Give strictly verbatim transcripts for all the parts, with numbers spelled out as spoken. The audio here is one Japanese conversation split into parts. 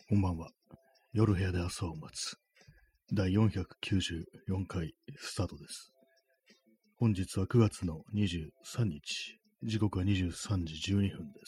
こんばんは。夜部屋で朝を待つ。だいよんひゃくきゅうじゅうよんかいスタートです。本日はくがつのにじゅうさんにち。時刻はにじゅうさんじじゅうにふんです。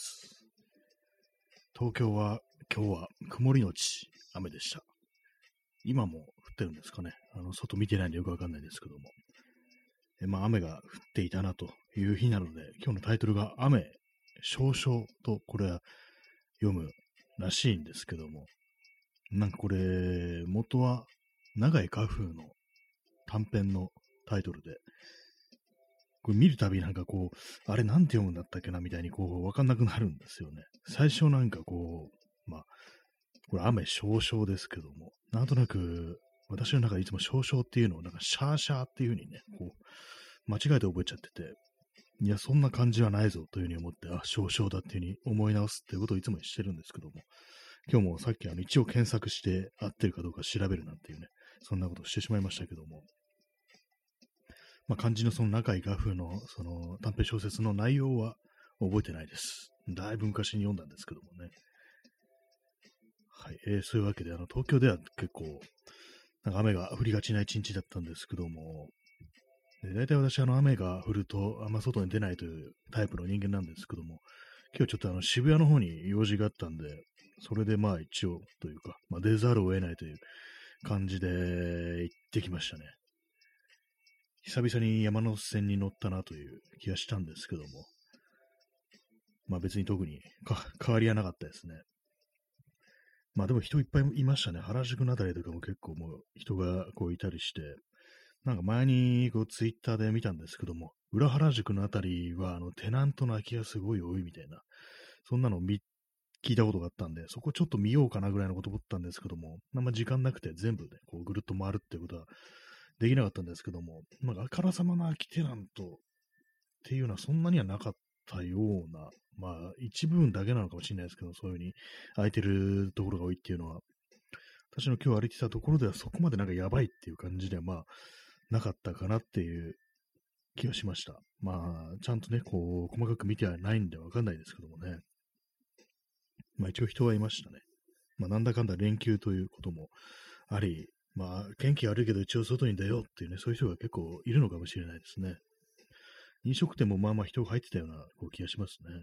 東京は今日は曇りのち雨でした。今も降ってるんですかね。あの外見てないんでよくわかんないですけども。えまあ雨が降っていたなという日なので、今日のタイトルが雨少々とこれは読むらしいんですけども、なんかこれ、元は長井花風の短編のタイトルで、これ見るたびなんかこう、あれなんて読むんだったっけなみたいにこう、わかんなくなるんですよね。最初なんかこう、まあ、これ雨少々ですけども、なんとなく、私の中でいつも少々っていうのをなんかシャーシャーっていう風にね、こう、間違えて覚えちゃってて、いや、そんな感じはないぞという風に思って、あ、少々だっていう風に思い直すっていうことをいつもしてるんですけども、今日もさっきあの一応検索して合ってるかどうか調べるなんていうね、そんなことをしてしまいましたけども、まあ、漢字のその中井画風のその短編小説の内容は覚えてないです。だいぶ昔に読んだんですけどもね。はい、えー、そういうわけで、あの東京では結構、なんか雨が降りがちな一日だったんですけども、で大体私、あの雨が降るとあんま外に出ないというタイプの人間なんですけども、今日ちょっとあの渋谷の方に用事があったんで、それでまあ一応というか、まあ、出ざるを得ないという感じで行ってきましたね。久々に山手線に乗ったなという気がしたんですけども、まあ別に特に変わりはなかったですね。まあでも人いっぱいいましたね。原宿のあたりとかも結構もう人がこういたりして、なんか前にこうツイッターで見たんですけども、裏原宿のあたりはあのテナントの空き家すごい多いみたいな、そんなのを見聞いたことがあったんで、そこちょっと見ようかなぐらいのこと思ったんですけども、あんま時間なくて全部ね、こうぐるっと回るっていうことはできなかったんですけども、なんかあからさまな空きテナントっていうのはそんなにはなかったような、まあ一部分だけなのかもしれないですけど、そういう風に空いてるところが多いっていうのは、私の今日歩いてたところではそこまでなんかやばいっていう感じではまあなかったかなっていう気がしました。まあちゃんとね、こう細かく見てはないんでわかんないですけどもね。まあ一応人はいましたね。まあなんだかんだ連休ということもあり、まあ天気悪いけど一応外に出ようっていうね、そういう人が結構いるのかもしれないですね。飲食店もまあまあ人が入ってたようなこう気がしますね。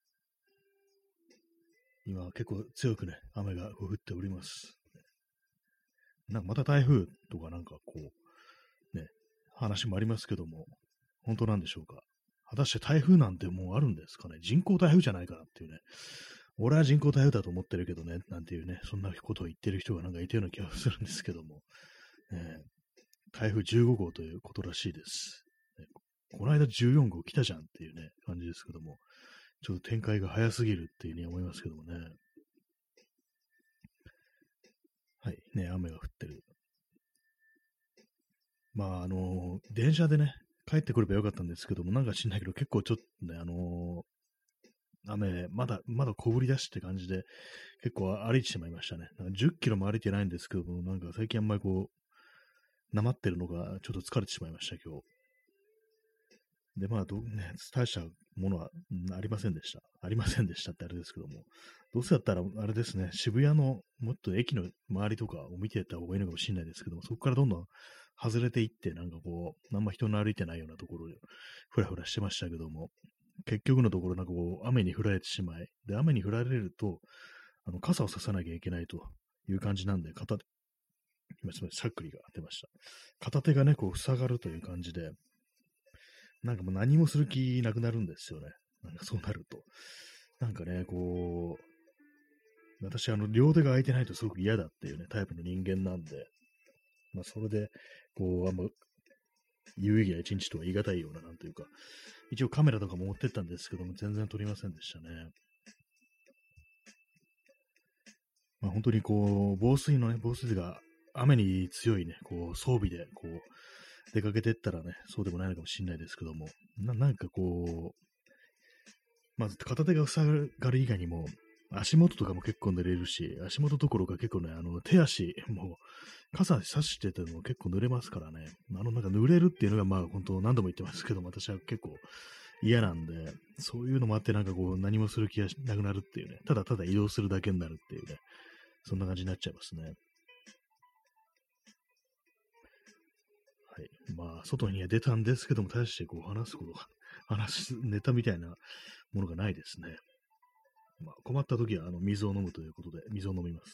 今結構強くね、雨が降っております。なんかまた台風とかなんかこう、ね、話もありますけども、本当なんでしょうか。果たして台風なんてもうあるんですかね。人工台風じゃないかなっていうね。俺は人工台風だと思ってるけどね、なんていうね、そんなことを言ってる人がなんかいたような気がするんですけども、えー、台風じゅうごごうということらしいです。ね、この間じゅうよんごう来たじゃんっていうね、感じですけども、ちょっと展開が早すぎるっていうふうに思いますけどもね。はい、ね、雨が降ってる。まあ、あのー、電車でね、帰ってくればよかったんですけども、なんか知んないけど、結構ちょっとね、あのー、雨、まだ、まだ小降り出しって感じで、結構歩いてしまいましたね。なんかじゅっキロも歩いてないんですけども、なんか最近あんまりこう、なまってるのがちょっと疲れてしまいました、今日。で、まあど、ね、大したものは、ありませんでした。ありませんでしたってあれですけども、どうせだったら、あれですね、渋谷のもっと駅の周りとかを見ていった方がいいのかもしれないですけども、そこからどんどん外れていって、なんかこう、あんま人の歩いてないようなところで、ふらふらしてましたけども、結局のところ、なんかこう、雨に降られてしまい、で、雨に降られると、あの、傘をささなきゃいけないという感じなんで、片手、今すみません、しゃっくりが出ました。片手がね、こう、塞がるという感じで、なんかもう何もする気なくなるんですよね。なんかそうなると。なんかね、こう、私、あの、両手が空いてないとすごく嫌だっていうね、タイプの人間なんで、まあ、それで、こう、あんま、有意義な一日とは言い難いような、なんというか、一応カメラとかも持ってったんですけども、全然撮りませんでしたね。まあ、本当にこう、防水のね、防水が雨に強いね、こう、装備で、こう、出かけてったらね、そうでもないのかもしれないですけども、ななんかこう、まず片手が塞がる以外にも、足元とかも結構濡れるし、足元どころか結構ね、あの、手足、もう、傘差してても結構濡れますからね。あの、なんか濡れるっていうのが、まあ、本当何度も言ってますけども、私は結構嫌なんで、そういうのもあって、なんかこう、何もする気がしなくなるっていうね、ただただ移動するだけになるっていうね、 そんな感じになっちゃいますね。はい。まあ、外には出たんですけども、大してこう話すことが、話すネタみたいなものがないですね。まあ、困った時はあの水を飲むということで、水を飲みます。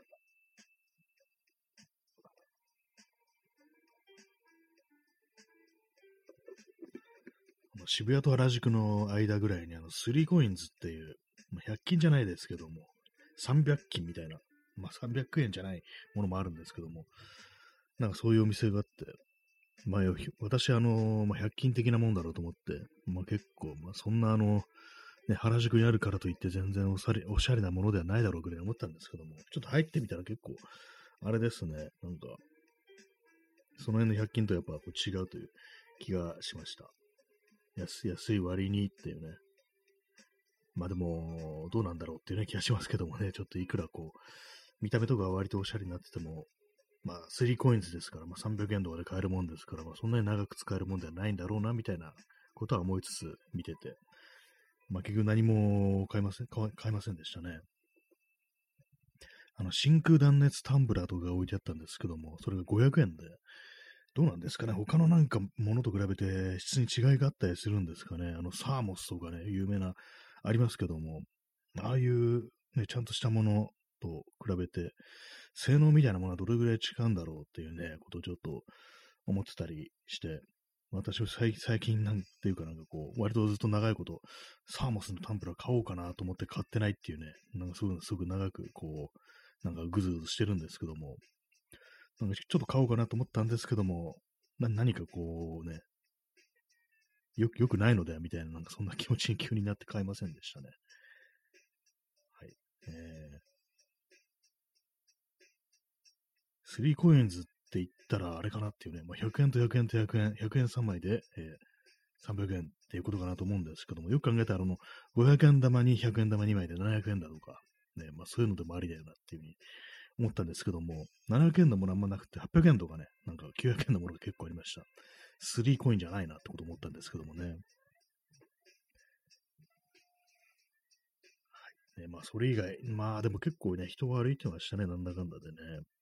渋谷と原宿の間ぐらいにあのスリーコインズっていう、まあ、ひゃく均じゃないですけども、さんびゃく均みたいな、まあ、さんびゃくえんじゃないものもあるんですけども、なんかそういうお店があって、まあ、私、あの、まあ、ひゃく均的なもんだろうと思って、まあ、結構、まあ、そんなあの、ね、原宿にあるからといって全然おしゃれおしゃれなものではないだろうぐらい思ったんですけども、ちょっと入ってみたら結構、あれですね、なんか、その辺のひゃく均とやっぱこう違うという気がしました。安安い割にっていうね。まあでも、どうなんだろうっていうね気がしますけどもね、ちょっといくらこう、見た目とか割とおしゃれになってても、まあ、スリーコインズですから、まあさんびゃくえんとかで買えるもんですから、まあそんなに長く使えるもんではないんだろうな、みたいなことは思いつつ見てて、まあ結局何も買いません、買いませんでしたね。あの、真空断熱タンブラーとかが置いてあったんですけども、それがごひゃくえんで、どうなんですかね、他のなんかものと比べて質に違いがあったりするんですかね。あの、サーモスとかね、有名な、ありますけども、ああいう、ね、ちゃんとしたものと比べて、性能みたいなものはどれぐらい違うんだろうっていうね、ことをちょっと思ってたりして、私は最最近なんていうかなんかこう、割とずっと長いこと、サーモスのタンブラー買おうかなと思って買ってないっていうね、なんかすごく、すごく長くこう、なんかぐずぐずしてるんですけども、なんかちょっと買おうかなと思ったんですけども、な何かこうね、よく、よくないのではみたいな、なんかそんな気持ちに急になって買いませんでしたね。はい。えー、スリーコインズって言ったらあれかなっていうね、まあ、ひゃくえんとひゃくえんとひゃくえん、ひゃくえんさんまいで、えー、さんびゃくえんっていうことかなと思うんですけども、よく考えたら、あの、ごひゃくえん玉にひゃくえん玉にまいでななひゃくえんだとか、ね、まあそういうのでもありだよなっていうふうに思ったんですけども、ななひゃくえんのものあんまなくて、はっぴゃくえんとかね、なんかきゅうひゃくえんのものが結構ありました。スリーコインじゃないなってこと思ったんですけどもね。ね、まあ、それ以外、まあ、でも結構ね、人が歩いてましたね、なんだかんだでね。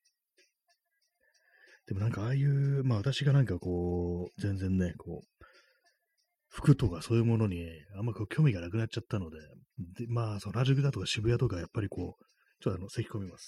でもなんか、ああいう、まあ、私がなんかこう、全然ね、こう、服とかそういうものに、あんまこう興味がなくなっちゃったので、で、まあ、その原宿だとか渋谷とか、やっぱりこう、ちょっとあの、咳込みます。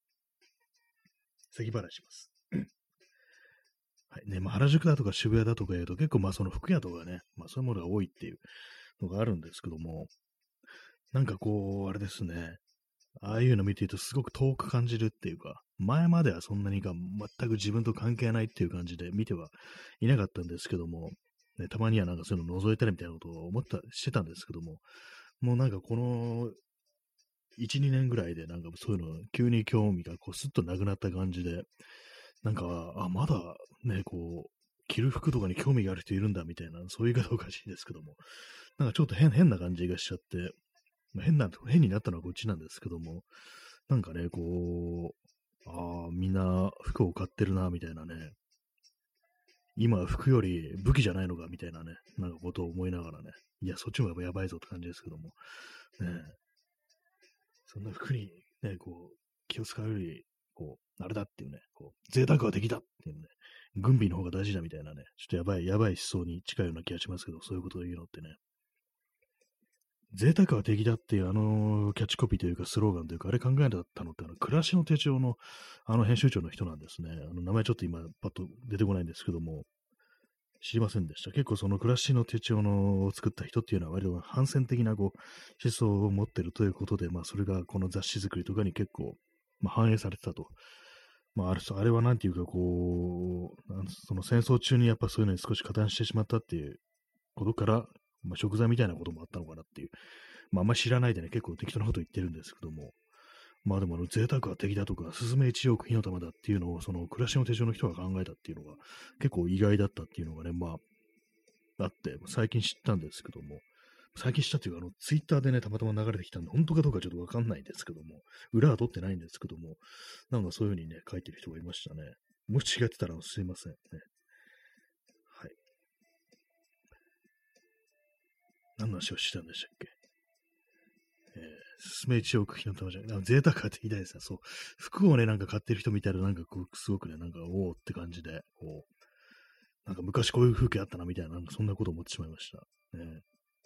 咳払いします。はい。ね、まあ、原宿だとか渋谷だとか言うと、結構まあ、その服屋とかね、まあ、そういうものが多いっていうのがあるんですけども、なんかこう、あれですね、ああいうの見てるとすごく遠く感じるっていうか、前まではそんなにか全く自分と関係ないっていう感じで見てはいなかったんですけども、ね、たまにはなんかそういうの覗いたりみたいなことを思った、してたんですけども、もうなんかこのいち、にねんぐらいでなんかそういうの急に興味がこうスッとなくなった感じで、なんか、あ、まだね、こう、着る服とかに興味がある人いるんだみたいな、そういう言い方おかしいですけども、なんかちょっと変、変な感じがしちゃって、まあ変な、変になったのはこっちなんですけども、なんかね、こう、ああ、みんな服を買ってるな、みたいなね。今は服より武器じゃないのか、みたいなね、なんかことを思いながらね。いや、そっちもやっぱやばいぞって感じですけども。ね、そんな服にね、こう、気を使うより、こう、あれだっていうね、こう、贅沢は敵だっていうね、軍備の方が大事だみたいなね、ちょっとやばい、やばい思想に近いような気がしますけど、そういうことを言うのってね。贅沢は敵だっていうあのキャッチコピーというかスローガンというか、あれ考えたのってあの暮らしの手帳のあの編集長の人なんですね。あの名前ちょっと今パッと出てこないんですけども、知りませんでした。結構その暮らしの手帳のを作った人っていうのは割と反戦的なこう思想を持っているということで、まあそれがこの雑誌作りとかに結構、まあ、反映されてたと。まああれ、あれはなんていうかこう、なんその戦争中にやっぱそういうのに少し加担してしまったっていうことから、まあ、食材みたいなこともあったのかなっていう。まあ、あんまり知らないでね、結構適当なこと言ってるんですけども、まあでもあの、贅沢は敵だとか、スズメ一億火の玉だっていうのを、その暮らしの手帳の人が考えたっていうのが、結構意外だったっていうのがね、まあ、あって、最近知ったんですけども、最近知ったっていうか、あの、ツイッターでね、たまたま流れてきたんで、本当かどうかちょっとわかんないんですけども、裏は取ってないんですけども、なんかそういう風にね、書いてる人がいましたね。もし違ってたらすいませんね。はい。何の話をしてたんでしたっけ？ えー、すすめいちおく日の玉じゃなくて、贅沢って言いたいですね。そう。服をね、なんか買ってる人見たら、なんかこう、すごくね、なんか、おおって感じで、こう、なんか昔こういう風景あったな、みたいな、なんかそんなことを思ってしまいました。ね、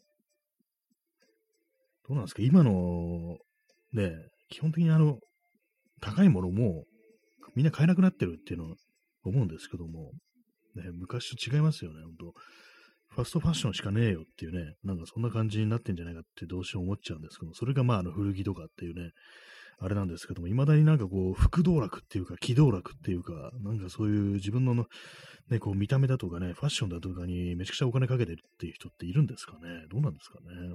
どうなんですか今の、ね、基本的にあの、高いものも、みんな買えなくなってるっていうのを思うんですけども、ね、昔と違いますよね、本当ファストファッションしかねえよっていうね、なんかそんな感じになってんじゃないかってどうしても思っちゃうんですけど、それがまああの古着とかっていうね、あれなんですけども、未だになんかこう、服道楽っていうか、気道楽っていうか、なんかそういう自分ののね、こう見た目だとかね、ファッションだとかにめちゃくちゃお金かけてるっていう人っているんですかね。どうなんですかね。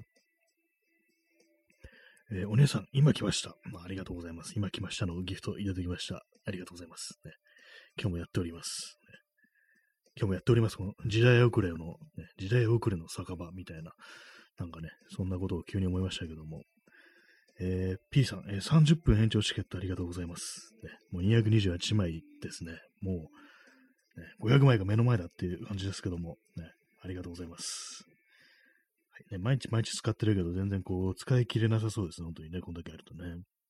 えーお姉さん、今来ました。まあ、ありがとうございます。今来ましたのギフトいただきました。ありがとうございます。ね、今日もやっております。ね、今日もやっております。この時代遅れの、ね、時代遅れの酒場みたいな、なんかね、そんなことを急に思いましたけども。えー、P さん、えー、さんじゅっぷん延長チケットありがとうございます。ね、もうにひゃくにじゅうはちまいですね。もう、ね、ごひゃくまいが目の前だっていう感じですけども、ね、ありがとうございます。はいね、毎日毎日使ってるけど、全然こう、使い切れなさそうですね。本当にね、こんだけあるとね。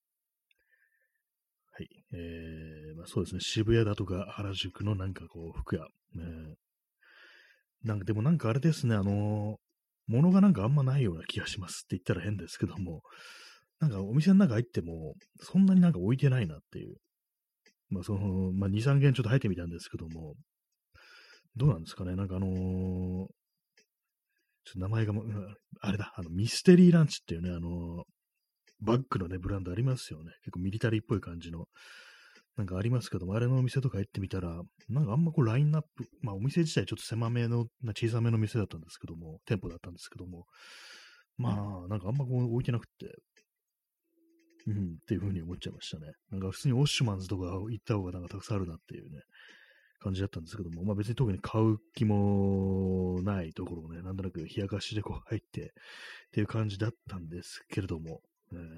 はい。えー、まあ、そうですね。渋谷だとか原宿のなんかこう、服屋。ね、なんかでもなんかあれですね、あの物がなんかあんまないような気がしますって言ったら変ですけども、なんかお店の中入っても、そんなになんか置いてないなっていう。まあその、まあに、さん軒ちょっと入ってみたんですけども、どうなんですかね、なんかあのーちょっと名前がも、うんあれだ、あの、ミステリーランチっていうね、あのーバッグのね、ブランドありますよね。結構ミリタリーっぽい感じの。なんかありますけども、あれのお店とか行ってみたら、なんかあんまこうラインナップ、まあお店自体ちょっと狭めの、な小さめの店だったんですけども、店舗だったんですけども、まあなんかあんまこう置いてなくって、うん、っていう風に思っちゃいましたね。なんか普通にオッシュマンズとか行った方がなんかたくさんあるなっていうね、感じだったんですけども、まあ別に特に買う気もないところをね、なんとなく冷やかしでこう入ってっていう感じだったんですけれども、えー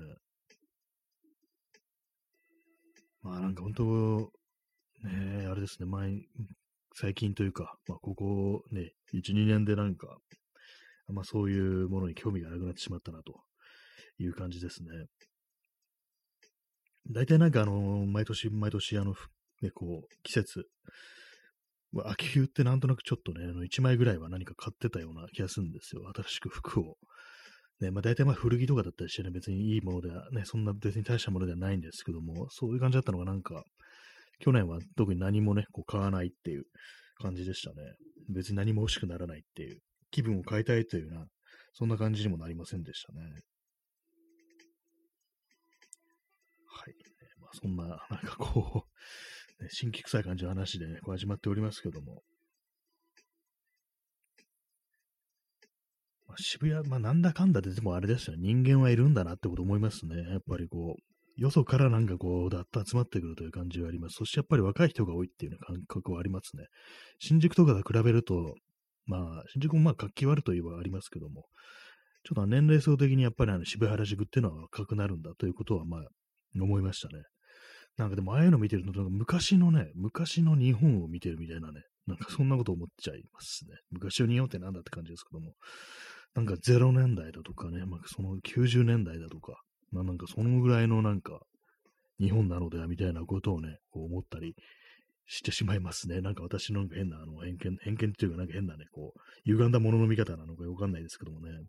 まあなんか本当、ね、あれですね、前、最近というか、まあここね、いち、にねんでなんか、まあそういうものに興味がなくなってしまったなという感じですね。大体なんかあの、毎年毎年あの、ね、こう、季節、秋冬ってなんとなくちょっとね、あのいちまいぐらいは何か買ってたような気がするんですよ。新しく服を。ね、まあ大体まあ古着とかだったりしてね、別にいいものではね、そんな別に大したものではないんですけども、そういう感じだったのがなんか、去年は特に何もね、こう買わないっていう感じでしたね。別に何も欲しくならないっていう、気分を変えたいというような、そんな感じにもなりませんでしたね。はい。まあ、そんな、なんかこう、ね、新規臭い感じの話でね、こう始まっておりますけども、まあ、渋谷、まあ、なんだかんだで、でもあれですよね、人間はいるんだなってこと思いますね。やっぱりこう、よそからなんかこう、だっと集まってくるという感じがあります。そしてやっぱり若い人が多いっていう、ね、感覚はありますね。新宿とかと比べると、まあ、新宿もまあ活気はあるといえばありますけども、ちょっと年齢層的にやっぱりあの渋谷原宿っていうのは若くなるんだということはまあ、思いましたね。なんかでも、ああいうの見てると、なんか昔のね、昔の日本を見てるみたいなね、なんかそんなこと思っちゃいますね。昔の日本ってなんだって感じですけども、なんかゼロねんだいだとかね、まあ、そのきゅうじゅうねんだいだとか、まあなんかそのぐらいのなんか日本なのではみたいなことをね、こう思ったりしてしまいますね。なんか私のなんか変なあの偏見、偏見っていうかなんか変なね、こう、歪んだものの見方なのかわかんないですけどもね。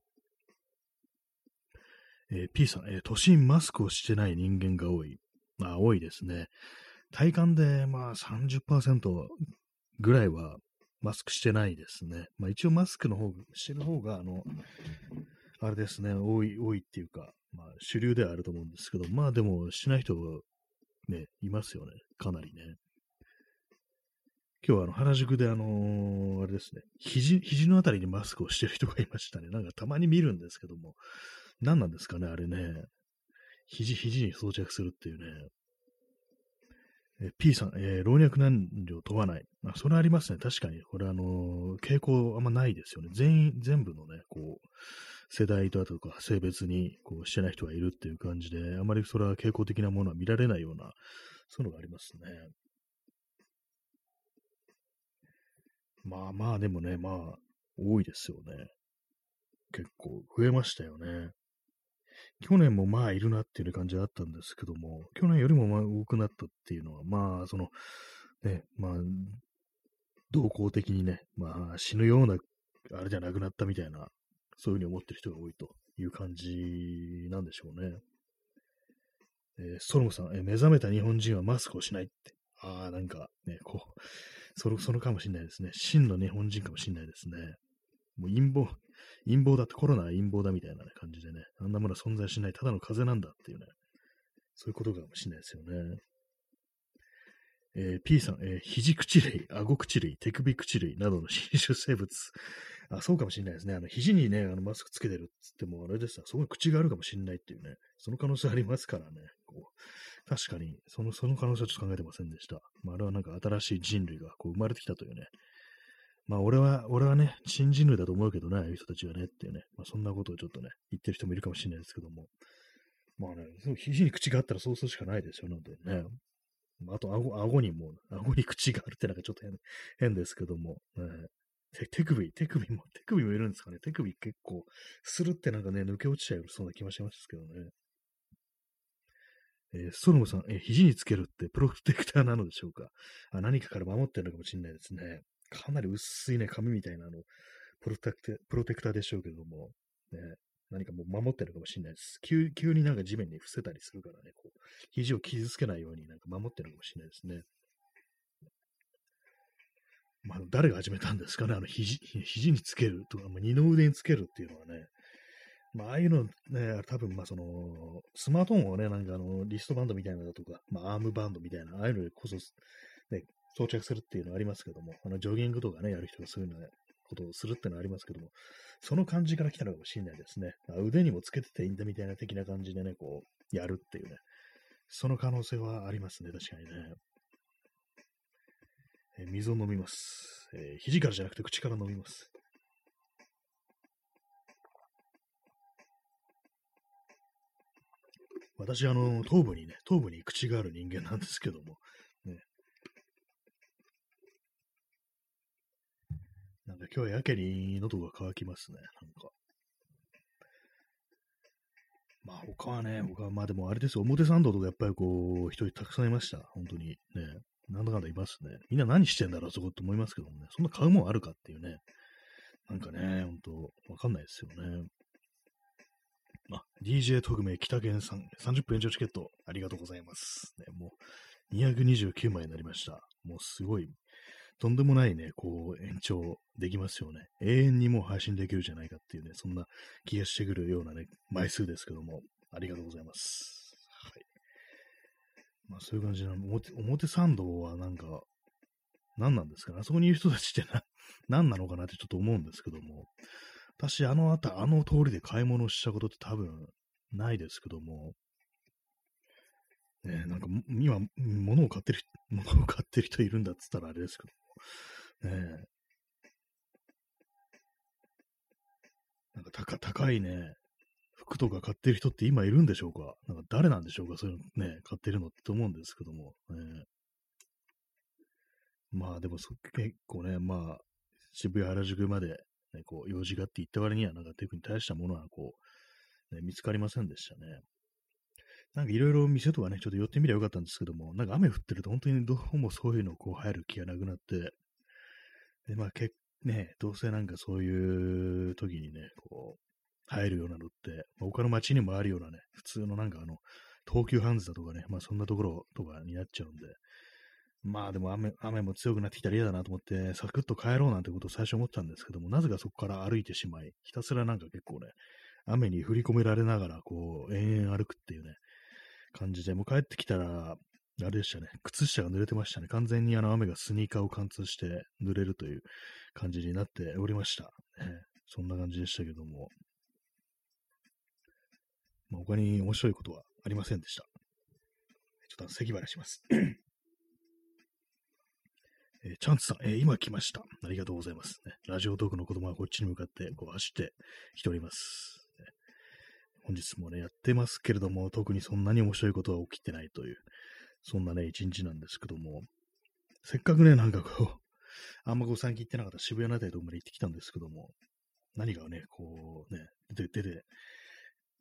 えー P さん、えー都心マスクをしてない人間が多い。まあ多いですね。体感でまあさんじゅっパーセントぐらいはマスクしてないですね。まあ一応マスクの方、してる方が、あの、あれですね、多い、多いっていうか、まあ主流ではあると思うんですけど、まあでもしない人ね、いますよね。かなりね。今日はあの原宿であのーあれですね、肘、肘のあたりにマスクをしてる人がいましたね。なんかたまに見るんですけども、何なんですかね、あれね。肘、肘に装着するっていうね。え P さん、えー老若男女問わない。あ、それありますね。確かに。これあのー傾向あんまないですよね。全員、全部のね、こう、世代とあとか性別にこうしてない人がいるっていう感じで、あまりそれは傾向的なものは見られないような、そういうのがありますね。まあまあ、でもね、まあ、多いですよね。結構増えましたよね。 去年もまあいるなっていう感じがあったんですけども、去年よりもまあ多くなったっていうのは、まあ、その、ね、まあ、動向的にね、まあ死ぬような、あれじゃなくなったみたいな、そういうふうに思ってる人が多いという感じなんでしょうね。えー、ストロムさん、えー目覚めた日本人はマスクをしないって。ああ、なんかね、こう、その、そのかもしれないですね。真の日本人かもしれないですね。もう陰謀、陰謀だって、コロナは陰謀だみたいな、ね、感じでね、あんなものは存在しない、ただの風邪なんだっていうね、そういうことかもしれないですよね。えー、P さん、えー、肘口類、顎口類、手首口類などの侵襲生物。あ、そうかもしれないですね。あの、肘にね、あのマスクつけてるっつっても、あれですよ、そこに口があるかもしれないっていうね、その可能性ありますからね。こう確かに、その、その可能性はちょっと考えてませんでした。まあ、あれはなんか新しい人類がこう生まれてきたというね。まあ、俺は、俺はね、新人類だと思うけどね、ああいう人たちはねっていうね、まあ、そんなことをちょっとね、言ってる人もいるかもしれないですけども。まあね、その肘に口があったらそうするしかないですよ、なんでね。あと、顎、顎にも、顎に口があるってなんかちょっと変、変ですけども、ね、手手首、手首も、手首もいるんですかね。手首結構、するってなんかね、抜け落ちちゃいそうな気もしますけどね。えーストロムさん、えー肘につけるってプロテクターなのでしょうか。あ、何かから守ってるのかもしれないですね。かなり薄いね、紙みたいなあの、プロテクター、プロテクターでしょうけども、ね、何かもう守ってるかもしれないです。急、急になんか地面に伏せたりするからね、こう、肘を傷つけないようになんか守ってるかもしれないですね。まあ、誰が始めたんですかね、あの肘、肘につけるとか、まあ、二の腕につけるっていうのはね、まあ、ああいうのね、多分まあその、スマートフォンをね、なんかあの、リストバンドみたいなのだとか、まあ、アームバンドみたいな、ああいうのこそ、ね、装着するっていうのはありますけども、あの、ジョギングとかね、やる人がそういうの、ね、ことをするっていうのはありますけども、その感じから来たのかもしれないですね。あ、腕にもつけてていいんだみたいな的な感じでね、こう、やるっていうね、その可能性はありますね、確かにね。えー水を飲みます。えー肘からじゃなくて口から飲みます。私、あの、頭部にね、頭部に口がある人間なんですけども、ね、なんか今日はやけに喉が渇きますね、なんか。まあ他はね、他はまあでもあれですよ、表参道とかやっぱりこう、人たくさんいました、本当にね。なんだかんだいますね。みんな何してんだろう、そこって思いますけどもね。そんな買うもんあるかっていうね。なんかね、ほんと、わかんないですよね。あ、ディージェー 特命北源さん、さんじゅっぷん延長チケット、ありがとうございます。ね、もう、にひゃくにじゅうきゅうまいになりました。もうすごい、とんでもないね、こう、延長できますよね。永遠にもう配信できるじゃないかっていうね、そんな気がしてくるようなね、枚数ですけども、ありがとうございます。はい。まあそういう感じなの。表、表参道はなんか、何なんですかね。あそこにいる人たちってな、何なのかなってちょっと思うんですけども、私、あのあた、あの通りで買い物したことって多分ないですけども、ね、なんか、今、物を買ってる、物を買ってる人いるんだっつったらあれですけど、ね、なんか高高いね、服とか買ってる人って今いるんでしょうか。なんか誰なんでしょうか、そういうのね、買ってるのって思うんですけども、ね、まあでもそ結構ね、まあ、渋谷原宿まで、ね、こう、用事があって行った割には、なんか特に大したものはこう、ね、見つかりませんでしたね。なんかいろいろ店とかね、ちょっと寄ってみればよかったんですけども、なんか雨降ってると本当にどうもそういうのこう入る気がなくなって、で、まあ、けね、どうせなんかそういう時にね、こう、入るようなのって、まあ、他の街にもあるようなね、普通のなんかあの、東急ハンズだとかね、まあそんなところとかになっちゃうんで、まあでも雨、雨も強くなってきたら嫌だなと思って、サクッと帰ろうなんてことを最初思ったんですけども、なぜかそこから歩いてしまい、ひたすらなんか結構ね、雨に降り込められながら、こう、延々歩くっていうね、感じで、もう帰ってきたら、あれでしたね、靴下が濡れてましたね。完全にあの雨がスニーカーを貫通して濡れるという感じになっておりました。ね、そんな感じでしたけども、まあ、他に面白いことはありませんでした。ちょっと咳払いします。えーチャンツさん、えー今来ました。ありがとうございます、ね。ラジオトークの子供はこっちに向かってこう走ってきております。ね、本日もね、やってますけれども、特にそんなに面白いことは起きてないという、そんなね、一日なんですけども、せっかくね、なんかこう、あんまこう最近行ってなかった渋谷のあたりとかまで行ってきたんですけども、何がね、こうね、出て、出て、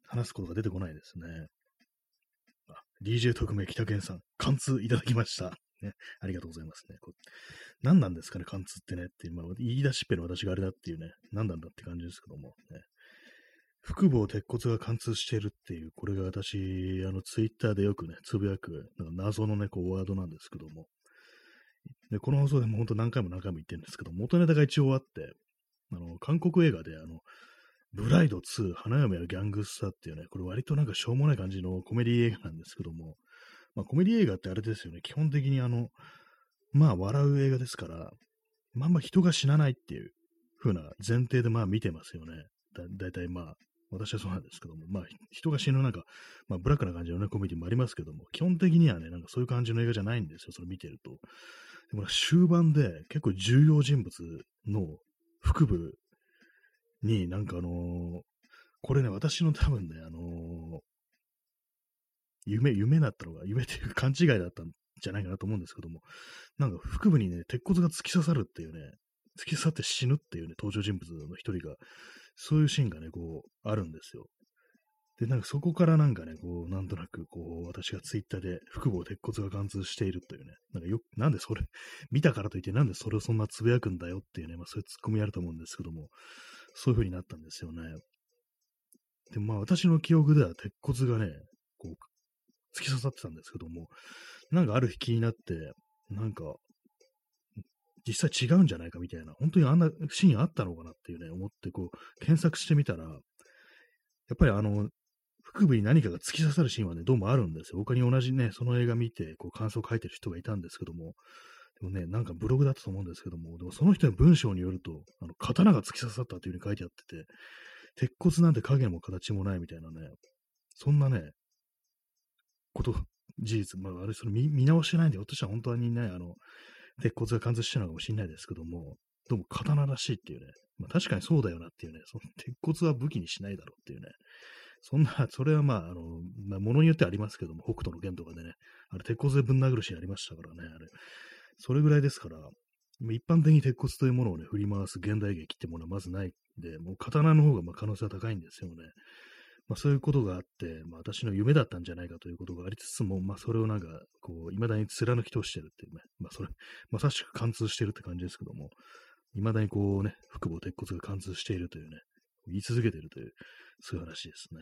話すことが出てこないですね。あ、ディージェー 特命北健さん、貫通いただきました。ね、ありがとうございますね。こう何なんですかね、貫通ってねっていう、まあ、言い出しっぺの私があれだっていうね、何なんだって感じですけども、ね。腹部を鉄骨が貫通しているっていう、これが私、あの、ツイッターでよくね、つぶやく、なんか謎のね、こう、ワードなんですけども、で、この放送でも本当何回も何回も言ってるんですけど、元ネタが一応あって、あの、韓国映画で、あの、ブライドツー、花嫁はギャングスターっていうね、これ割となんかしょうもない感じのコメディ映画なんですけども、まあコメディ映画ってあれですよね、基本的にあの、まあ笑う映画ですから、まあまあ人が死なないっていう風な前提でまあ見てますよね。だ、だいたいまあ、私はそうなんですけども、まあ人が死ぬなんか、まあブラックな感じのね、コメディもありますけども、基本的にはね、なんかそういう感じの映画じゃないんですよ、それ見てると。でも終盤で結構重要人物の腹部になんかあのーこれね、私の多分ね、あのー夢、夢だったのが、夢っていう勘違いだったんじゃないかなと思うんですけども、なんか腹部にね、鉄骨が突き刺さるっていうね、突き刺さって死ぬっていうね、登場人物の一人が、そういうシーンがね、こう、あるんですよ。で、なんかそこからなんかね、こう、なんとなく、こう、私がツイッターで腹部を鉄骨が貫通しているというね、なんかよ、なんでそれ、見たからといってなんでそれをそんなつぶやくんだよっていうね、まあそういうツッコミあると思うんですけども、そういう風になったんですよね。で、まあ私の記憶では鉄骨がね、こう、突き刺さってたんですけども、なんかある日気になって、なんか、実際違うんじゃないかみたいな、本当にあんなシーンあったのかなっていうね、思って、こう、検索してみたら、やっぱりあの、腹部に何かが突き刺さるシーンはね、どうもあるんですよ。他に同じね、その映画見て、こう、感想を書いてる人がいたんですけども、でもね、なんかブログだったと思うんですけども、でもその人の文章によると、あの、刀が突き刺さったというふうに書いてあってて、鉄骨なんて影も形もないみたいなね、そんなね、こと、事実、まあ、あれ、それ見見直してないんで、ひょっとしたら本当にね、あの、鉄骨が貫通してるのかもしれないですけども、どうも刀らしいっていうね、まあ、確かにそうだよなっていうね、その鉄骨は武器にしないだろうっていうね、そんな、それはまあ、あの、まあ、ものによってはありますけども、北斗の拳とかでね、あれ、鉄骨でぶん殴るシーンありましたからね、あれ、それぐらいですから、一般的に鉄骨というものをね、振り回す現代劇ってものはまずないんで、もう刀の方がまあ可能性は高いんですよね。まあそういうことがあって、まあ私の夢だったんじゃないかということがありつつも、まあそれをなんか、こう、未だに貫き通してるっていうね、まあそれ、まさしく貫通してるって感じですけども、未だにこうね、腹部を鉄骨が貫通しているというね、言い続けているという、そういう話ですね。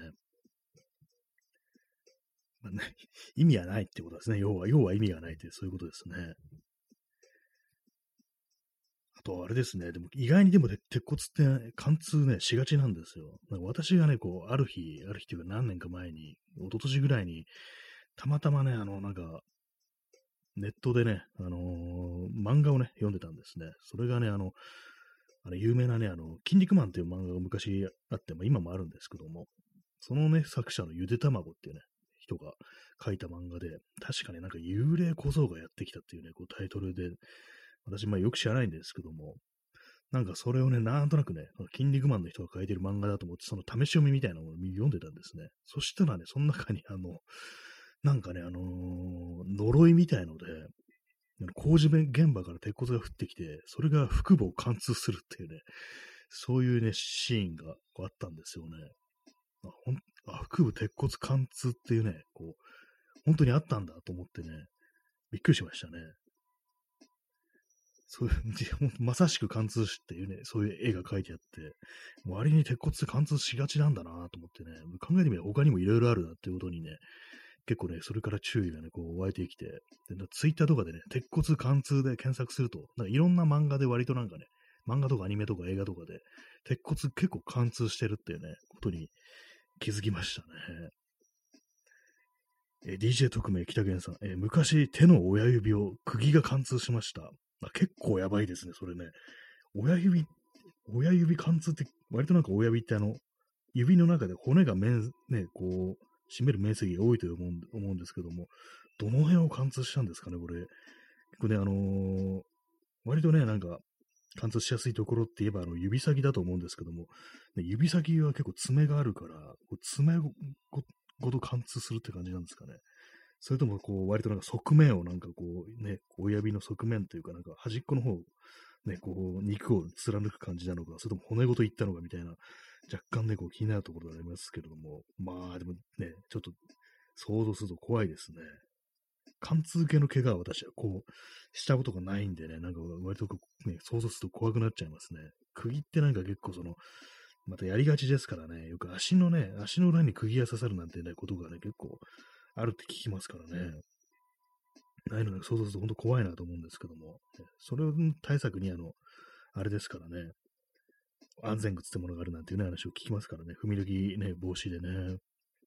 まあね、意味はないってことですね。要は、要は意味がないという、そういうことですね。あと、あれですね。でも、意外にでも、鉄骨って、ね、貫通ね、しがちなんですよ。なんか私がね、こう、ある日、ある日というか何年か前に、一昨年ぐらいに、たまたまね、あの、なんか、ネットでね、あのー漫画をね、読んでたんですね。それがね、あの、あの有名なね、あの、筋肉マンという漫画が昔あって、まあ、今もあるんですけども、そのね、作者のゆで卵っていうね、人が書いた漫画で、確かね、なんか幽霊小僧がやってきたっていうね、こうタイトルで、私、まあよく知らないんですけども、なんかそれをね、なんとなくね、筋肉マンの人が書いてる漫画だと思って、その試し読みみたいなものを読んでたんですね。そしたらね、その中にあの、なんかね、あのー呪いみたいので、工事現場から鉄骨が降ってきて、それが腹部を貫通するっていうね、そういうね、シーンがこうあったんですよね。あ、ほんあ腹部鉄骨貫通っていうね、こう、本当にあったんだと思ってね、びっくりしましたね。そういう、まさしく貫通しっていうね、そういう絵が描いてあって、割に鉄骨って貫通しがちなんだなと思ってね、考えてみれば他にもいろいろあるなっていうことにね、結構ね、それから注意がね、こう湧いてきて、でツイッターとかでね、鉄骨貫通で検索すると、なんかいろんな漫画で割となんかね、漫画とかアニメとか映画とかで、鉄骨結構貫通してるっていうね、ことに気づきましたね。えー、ディージェー 特命北源さん、えー昔手の親指を釘が貫通しました。あ、結構やばいですね、それね。親指、親指貫通って、割となんか親指ってあの、指の中で骨が面、ね、こう、占める面積が多いと思うん思うんですけども、どの辺を貫通したんですかね、これ。結構ね、あのー割とね、なんか、貫通しやすいところって言えば、あの、指先だと思うんですけども、ね、指先は結構爪があるから、こう爪ごごと貫通するって感じなんですかね。それとも、こう、割となんか側面をなんかこう、ね、親指の側面というか、なんか端っこの方、ね、こう、肉を貫く感じなのか、それとも骨ごといったのかみたいな、 若干ね、こう気になるところがありますけれども、まあでもね、ちょっと想像すると怖いですね。貫通系の怪我は私はこう、したことがないんでね、なんか割とこう、ね、想像すると怖くなっちゃいますね。釘ってなんか結構その、またやりがちですからね、よく足のね、足の裏に釘が刺さるなんてね、ことがね、結構あるって聞きますからね。ああいうのね、想像すると本当怖いなと思うんですけども、ねそれ対策にあの、あれですからね、安全靴ってものがあるなんていうね、話を聞きますからね、踏み抜きね、防止でね。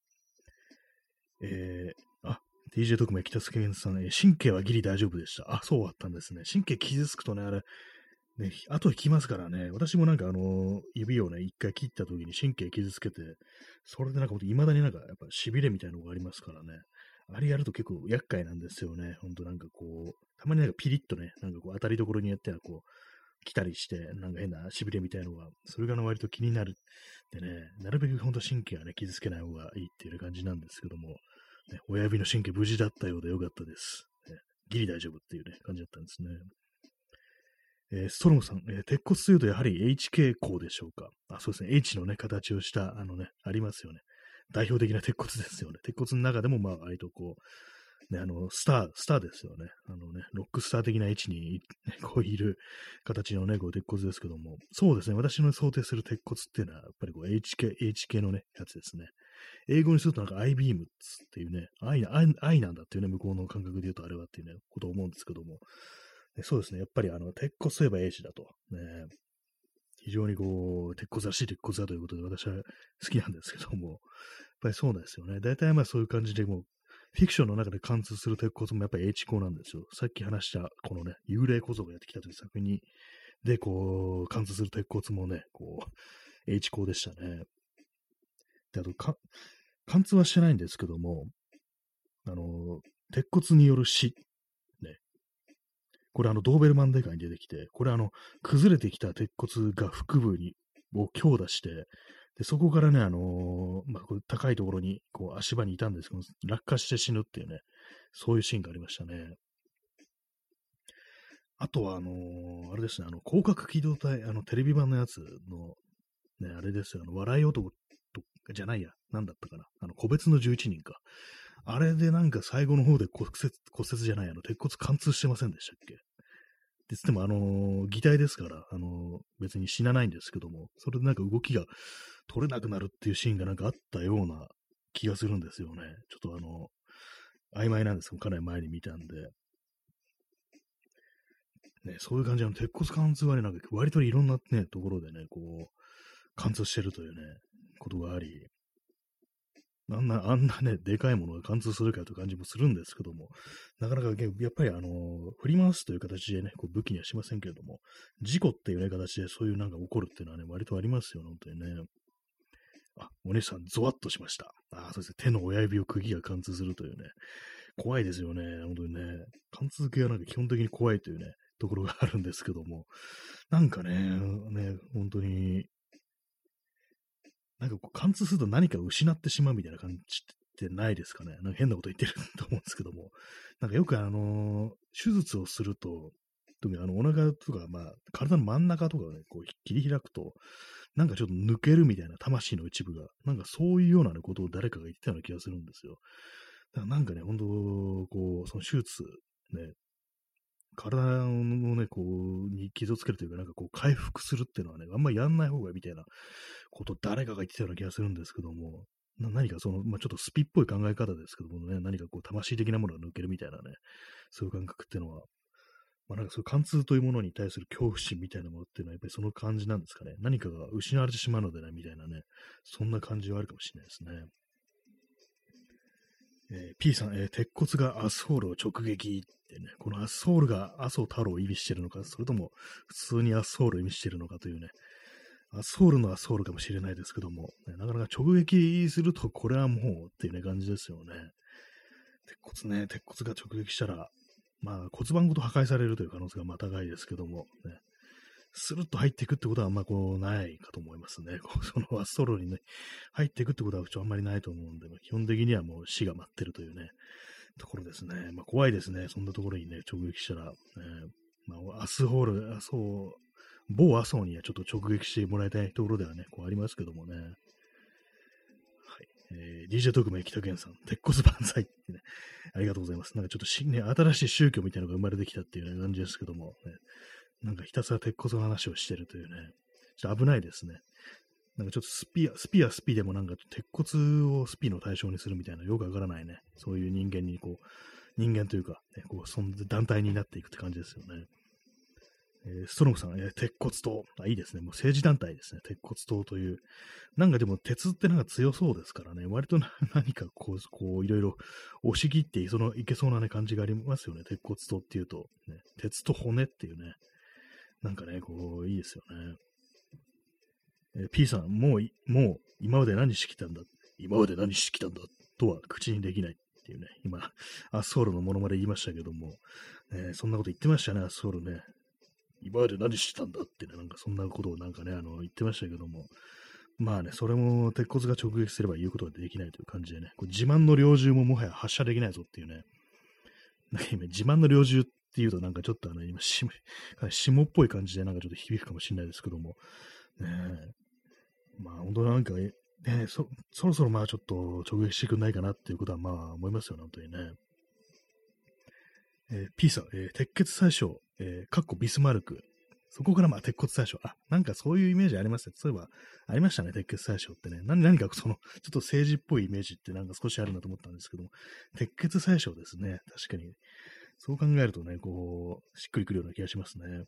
えー、あ、ディージェー 特命北助さん、えー神経はギリ大丈夫でした。あ、そうだったんですね。神経傷つくとね、あれ、ね、後引きますからね、私もなんかあのー指をね、一回切った時に神経傷つけて、それでなんかほんと未だになんかやっぱ痺れみたいなのがありますからね。あれやると結構厄介なんですよね。ほんとなんかこう、たまになんかピリッとね、なんかこう当たりどころによってはこう、来たりして、なんか変な痺れみたいなのが、それがあの割と気になる。でね、なるべくほんと神経はね、傷つけない方がいいっていう感じなんですけども、ね、親指の神経無事だったようでよかったです。ね、ギリ大丈夫っていうね、感じだったんですね。えーストロムさん、えー鉄骨というとやはり エイチ 傾向でしょうか。あ、そうですね。H のね、形をした、あのね、ありますよね。代表的な鉄骨ですよね。鉄骨の中でも、まあ、割とこう、ね、あの、スター、スターですよね。あのね、ロックスター的な位置に、ね、こういる形のね、こう鉄骨ですけども、そうですね。私の想定する鉄骨っていうのは、やっぱりこう H 系、H 系のね、やつですね。英語にするとなんか I ビームっていうね、愛な、愛愛なんだっていうね、向こうの感覚で言うとあれはっていうね、ことを思うんですけども、ねそうですね。やっぱりあの、鉄骨といえば H だと。ね、非常にこう、鉄骨らしい鉄骨だということで私は好きなんですけども、やっぱりそうなんですよね。大体まあそういう感じでもう、フィクションの中で貫通する鉄骨もやっぱり H 構なんですよ。さっき話した、このね、幽霊小僧がやってきたという作品に、で、こう、貫通する鉄骨もね、こう、H 構でしたね。で、あとか、貫通はしてないんですけども、あの、鉄骨による死、ね、これあの、ドーベルマンデカに出てきて、これあの、崩れてきた鉄骨が腹部に、を強打して、で、そこからね、あのーまあ、これ高いところに、こう、足場にいたんですけど、落下して死ぬっていうね、そういうシーンがありましたね。あとは、あのーあれですね、あの、広角機動隊、あの、テレビ版のやつの、ね、あれですよ、あの、笑い男と、じゃないや、なんだったかな、あの、個別のじゅういちにんか。あれでなんか最後の方で骨折、骨折じゃない、あの、鉄骨貫通してませんでしたっけ？でつっても、あのー擬態ですから、あのー別に死なないんですけども、それでなんか動きが取れなくなるっていうシーンがなんかあったような気がするんですよね。ちょっとあのー曖昧なんですけど、かなり前に見たんで、ね、そういう感じの鉄骨貫通はね、なんか割といろんなね、ところでね、こう、貫通してるというね、ことがあり、あんな、あんなね、でかいものが貫通するかという感じもするんですけども、なかなか、やっぱりあの、振り回すという形でね、こう武器にはしませんけれども、事故っていうね、形でそういうなんか起こるっていうのはね、割とありますよ、本当にね。あ、お姉さん、ゾワッとしました。あ、そうですね、手の親指を釘が貫通するというね、怖いですよね、本当にね。貫通系はなんか基本的に怖いというね、ところがあるんですけども、なんかね、ね、本当に、なんかこう貫通すると何かを失ってしまうみたいな感じってないですかね。なんか変なこと言ってると思うんですけども。なんかよくあのー手術をすると、特にあのお腹とか、まあ、体の真ん中とかをね、こう切り開くと、なんかちょっと抜けるみたいな魂の一部が、なんかそういうような、ね、ことを誰かが言ってたような気がするんですよ。だからなんかね、本当こう、その手術、ね、体のね、こう、に傷をつけるというか、なんかこう、回復するっていうのはね、あんまりやんない方がいいみたいなこと誰かが言ってたような気がするんですけども、な何かその、まあ、ちょっとスピっぽい考え方ですけどもね、何かこう、魂的なものが抜けるみたいなね、そういう感覚っていうのは、まあ、なんかそういう貫通というものに対する恐怖心みたいなものっていうのは、やっぱりその感じなんですかね。何かが失われてしまうのでね、みたいなね、そんな感じはあるかもしれないですね。えー、P さん、えー鉄骨がアスフォールを直撃ってね、このアスフォールが麻生太郎を意味しているのか、それとも普通にアスフォールを意味しているのかというね、アスフォールのアスフォールかもしれないですけども、ね、なかなか直撃すると、これはもうっていうね、感じですよね。鉄骨ね、鉄骨が直撃したら、まあ骨盤ごと破壊されるという可能性がまあ高いですけども、ね、スルッと入っていくってことはあんまこうないかと思いますね。こうそのアストロにね、入っていくってことはあんまりないと思うんで、まあ、基本的にはもう死が待ってるというね、ところですね。まあ怖いですね。そんなところにね、直撃したら、ね、まあ、アスホール、あそう、 某麻生にはちょっと直撃してもらいたいところではね、こうありますけどもね。はい。えー、ディージェー 特命北健さん、鉄骨万歳ってね、ありがとうございます。なんかちょっとし、ね、新しい宗教みたいなのが生まれてきたっていう、ね、感じですけども、ね、なんかひたすら鉄骨の話をしてるというね、ちょっと危ないですね。なんかちょっとスピア、スピアスピでもなんか鉄骨をスピの対象にするみたいなよくわからないね、そういう人間にこう、人間というか、ね、こう、その団体になっていくって感じですよね。えー、ストロムさん、えー、鉄骨党。あ、いいですね。もう政治団体ですね。鉄骨党という。なんかでも鉄ってなんか強そうですからね。割とな何かこう、こう、いろいろ押し切っていそのいけそうな、ね、感じがありますよね。鉄骨党っていうと、ね。鉄と骨っていうね。なんかね、こう、いいですよね。えー、P さん、もう、もう、今まで何してきたんだ。今まで何してきたんだ。とは口にできないっていうね。今、アスホールのものまで言いましたけども、えー、そんなこと言ってましたね、アスホールね。今まで何してたんだってね、なんかそんなことをなんかね、あの、言ってましたけども、まあね、それも鉄骨が直撃すれば言うことができないという感じでね、こう自慢の猟銃ももはや発射できないぞっていうね、なんか今、自慢の猟銃っていうとなんかちょっとあの、今、し霜っぽい感じでなんかちょっと響くかもしれないですけども、ねえ、まあ本当なんか、ね、そ、そろそろまあちょっと直撃してくんないかなっていうことはまあ思いますよね、本当にね。えー、P さん、えー、鉄血最初、えー、かっこビスマルク。そこからまあ鉄骨最初。あ、なんかそういうイメージありますね。そういえば、ありましたね、鉄血最初ってね。何、何かその、ちょっと政治っぽいイメージってなんか少しあるなと思ったんですけども、鉄血最初ですね。確かに。そう考えるとね、こう、しっくりくるような気がしますね。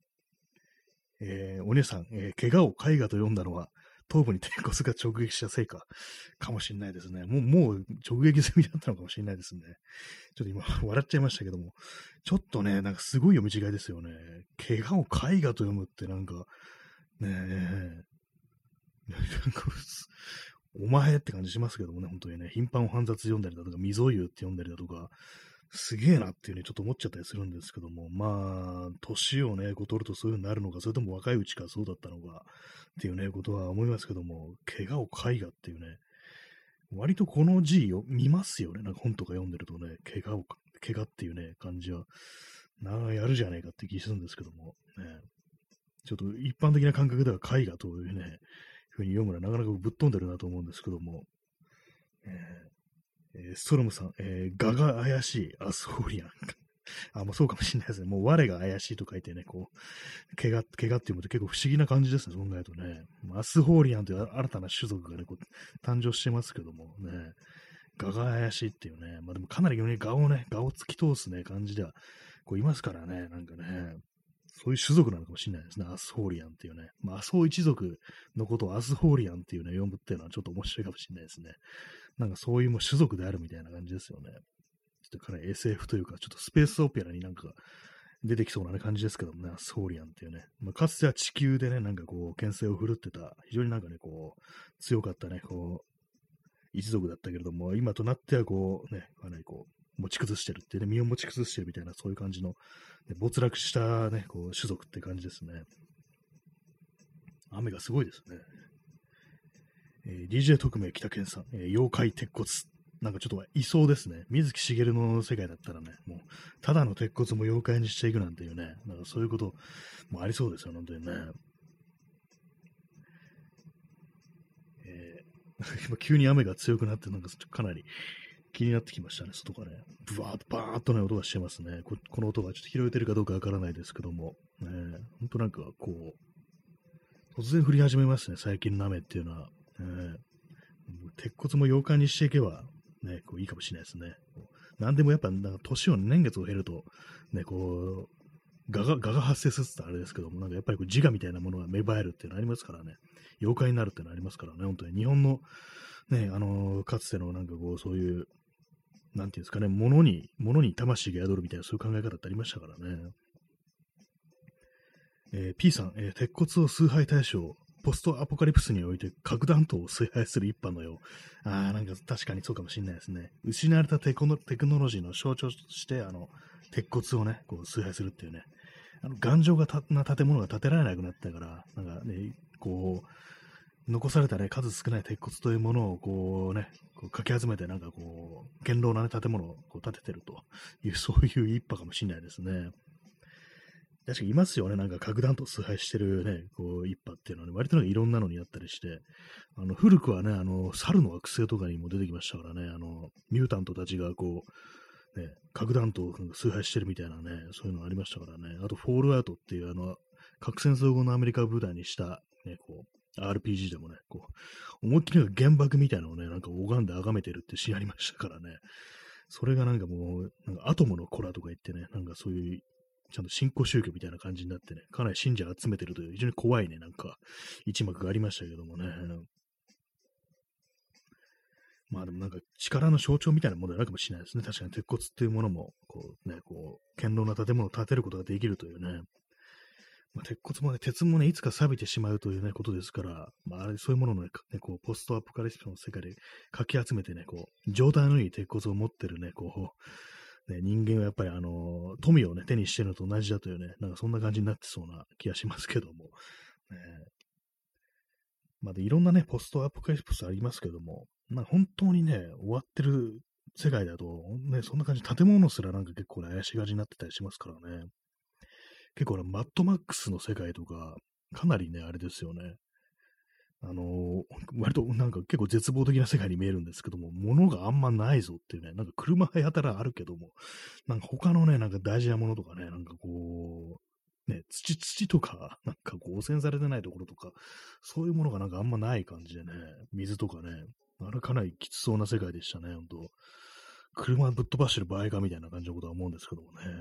えー、お姉さん、えー、怪我を絵画と読んだのは、頭部に鉄骨が直撃したせいか、かもしれないですね。もう、もう直撃済みだったのかもしれないですね。ちょっと今、笑っちゃいましたけども、ちょっとね、なんかすごい読み違いですよね。怪我を絵画と読むってなんか、ねえ、なんかお前って感じしますけどもね、本当にね、頻繁を煩雑読んだりだとか、溝湯って読んだりだとか、すげえなっていうね、ちょっと思っちゃったりするんですけども、まあ、年をね、こう取るとそういう風になるのか、それとも若いうちからそうだったのか、っていうね、ことは思いますけども、怪我を絵画っていうね、割とこの字を見ますよね。なんか本とか読んでるとね、怪我を、怪我っていうね、感じは、なあ、やるじゃねえかって気するんですけども、ね、ちょっと一般的な感覚では絵画というね、ふうに読むのはなかなかぶっ飛んでるなと思うんですけども、えーえーストロムさん、えー、画が怪しいアスホーリアン。あ、もうそうかもしれないですね。もう我が怪しいと書いてね、こう、怪我、怪我っていうのって結構不思議な感じですね、そう考えるとね。アスホーリアンという新たな種族がね、こう、誕生してますけどもね、画が怪しいっていうね、まあでもかなりね、画をね、画を突き通すね、感じでは、こういますからね、なんかね、そういう種族なのかもしれないですね、アスホーリアンっていうね。まあ、アソ一族のことをアスホーリアンっていうね、読むっていうのはちょっと面白いかもしれないですね。なんかそういうもう種族であるみたいな感じですよね。ちょっとかなり エスエフ というか、ちょっとスペースオペラになんか出てきそうな、ね、感じですけどもね、アスホーリアンっていうね。まあ、かつては地球でね、なんかこう、牽制を振るってた、非常になんかね、こう、強かったね、こう、一族だったけれども、今となってはこう、ね、かなりこう、持ち崩してるっていうね、身を持ち崩してるみたいな、そういう感じの、ね、没落したね、こう、種族って感じですね。雨がすごいですね。えー、ディージェー 特命北健さん、えー、妖怪鉄骨。なんかちょっといそうですね。水木しげるの世界だったらね、もう、ただの鉄骨も妖怪にしていくなんていうね、なんかそういうこともありそうですよ、本当にね。えー、今急に雨が強くなって、なんかかなり気になってきましたね、外がね。ブワーッとバーッとね、音がしてますね。こ, この音がちょっと拾えてるかどうかわからないですけども、ね、本当なんかこう、突然降り始めますね、最近の雨っていうのは。えー、鉄骨も妖怪にしていけば、ね、こういいかもしれないですね。何でもやっぱ、なんか年を、年月を経ると、ね、こう、画が、画が発生するってあれですけども、なんかやっぱりこう自我みたいなものが芽生えるっていうのありますからね。妖怪になるっていうのありますからね、本当に。日本の、ね、あのー、かつてのなんかこう、そういう、なんていうんですかね、物に、物に魂が宿るみたいな、そういう考え方ってありましたからね。えー、P さん、えー、鉄骨を崇拝対象、ポストアポカリプスにおいて核弾頭を崇拝する一派のよう。ああ、なんか確かにそうかもしれないですね。失われたテクノテクノロジーの象徴として、あの、鉄骨をね、こう崇拝するっていうね。あの、頑丈がたな建物が建てられなくなったから、なんかね、こう、残されたね、数少ない鉄骨というものをこうね、こうかき集めてなんかこう、堅牢な、ね、建物をこう建ててるという、そういう一派かもしれないですね。 確かにいますよね。なんか核弾頭崇拝してるね、こう、一派っていうのはね、割となんかいろんなのにあったりして、あの、古くはね、あの、猿の惑星とかにも出てきましたからね、あの、ミュータントたちがこう、ね、核弾頭を崇拝してるみたいなね、そういうのありましたからね。あと、フォールアウトっていうあの、核戦争後のアメリカを舞台にした、ね、こう、アールピージー でもね、こう、思いっきりなんか原爆みたいなのをね、なんか拝んで崇めてるってシーンありましたからね。それがなんかもう、なんかアトムの子らとか言ってね、なんかそういう、ちゃんと新興宗教みたいな感じになってね、かなり信者集めてるという、非常に怖いね、なんか、一幕がありましたけどもね。まあでもなんか力の象徴みたいなものであるかもしれないですね。確かに鉄骨っていうものも、こうね、こう、堅牢な建物を建てることができるというね。まあ、鉄骨もね、鉄もね、いつか錆びてしまうというね、ことですから、まあ、あれ、そういうもののね、ねこう、ポストアポカリプスの世界でかき集めてね、こう、状態のいい鉄骨を持ってるね、こう、ね、人間はやっぱりあの、富をね、手にしてるのと同じだというね、なんかそんな感じになってそうな気がしますけども、ね、まあ、でいろんなね、ポストアポカリプスありますけども、まあ、本当にね、終わってる世界だと、ね、そんな感じ、建物すらなんか結構ね、怪しがりになってたりしますからね。結構マッドマックスの世界とか、かなりね、あれですよね。あのー割となんか結構絶望的な世界に見えるんですけども、物があんまないぞっていうね、なんか車がやたらあるけども、なんか他のね、なんか大事なものとかね、なんかこう、ね、土、土とか、なんかこう汚染されてないところとか、そういうものがなんかあんまない感じでね、水とかね、あれかなりきつそうな世界でしたね、ほんと。車ぶっ飛ばしてる場合かみたいな感じのことは思うんですけどもね。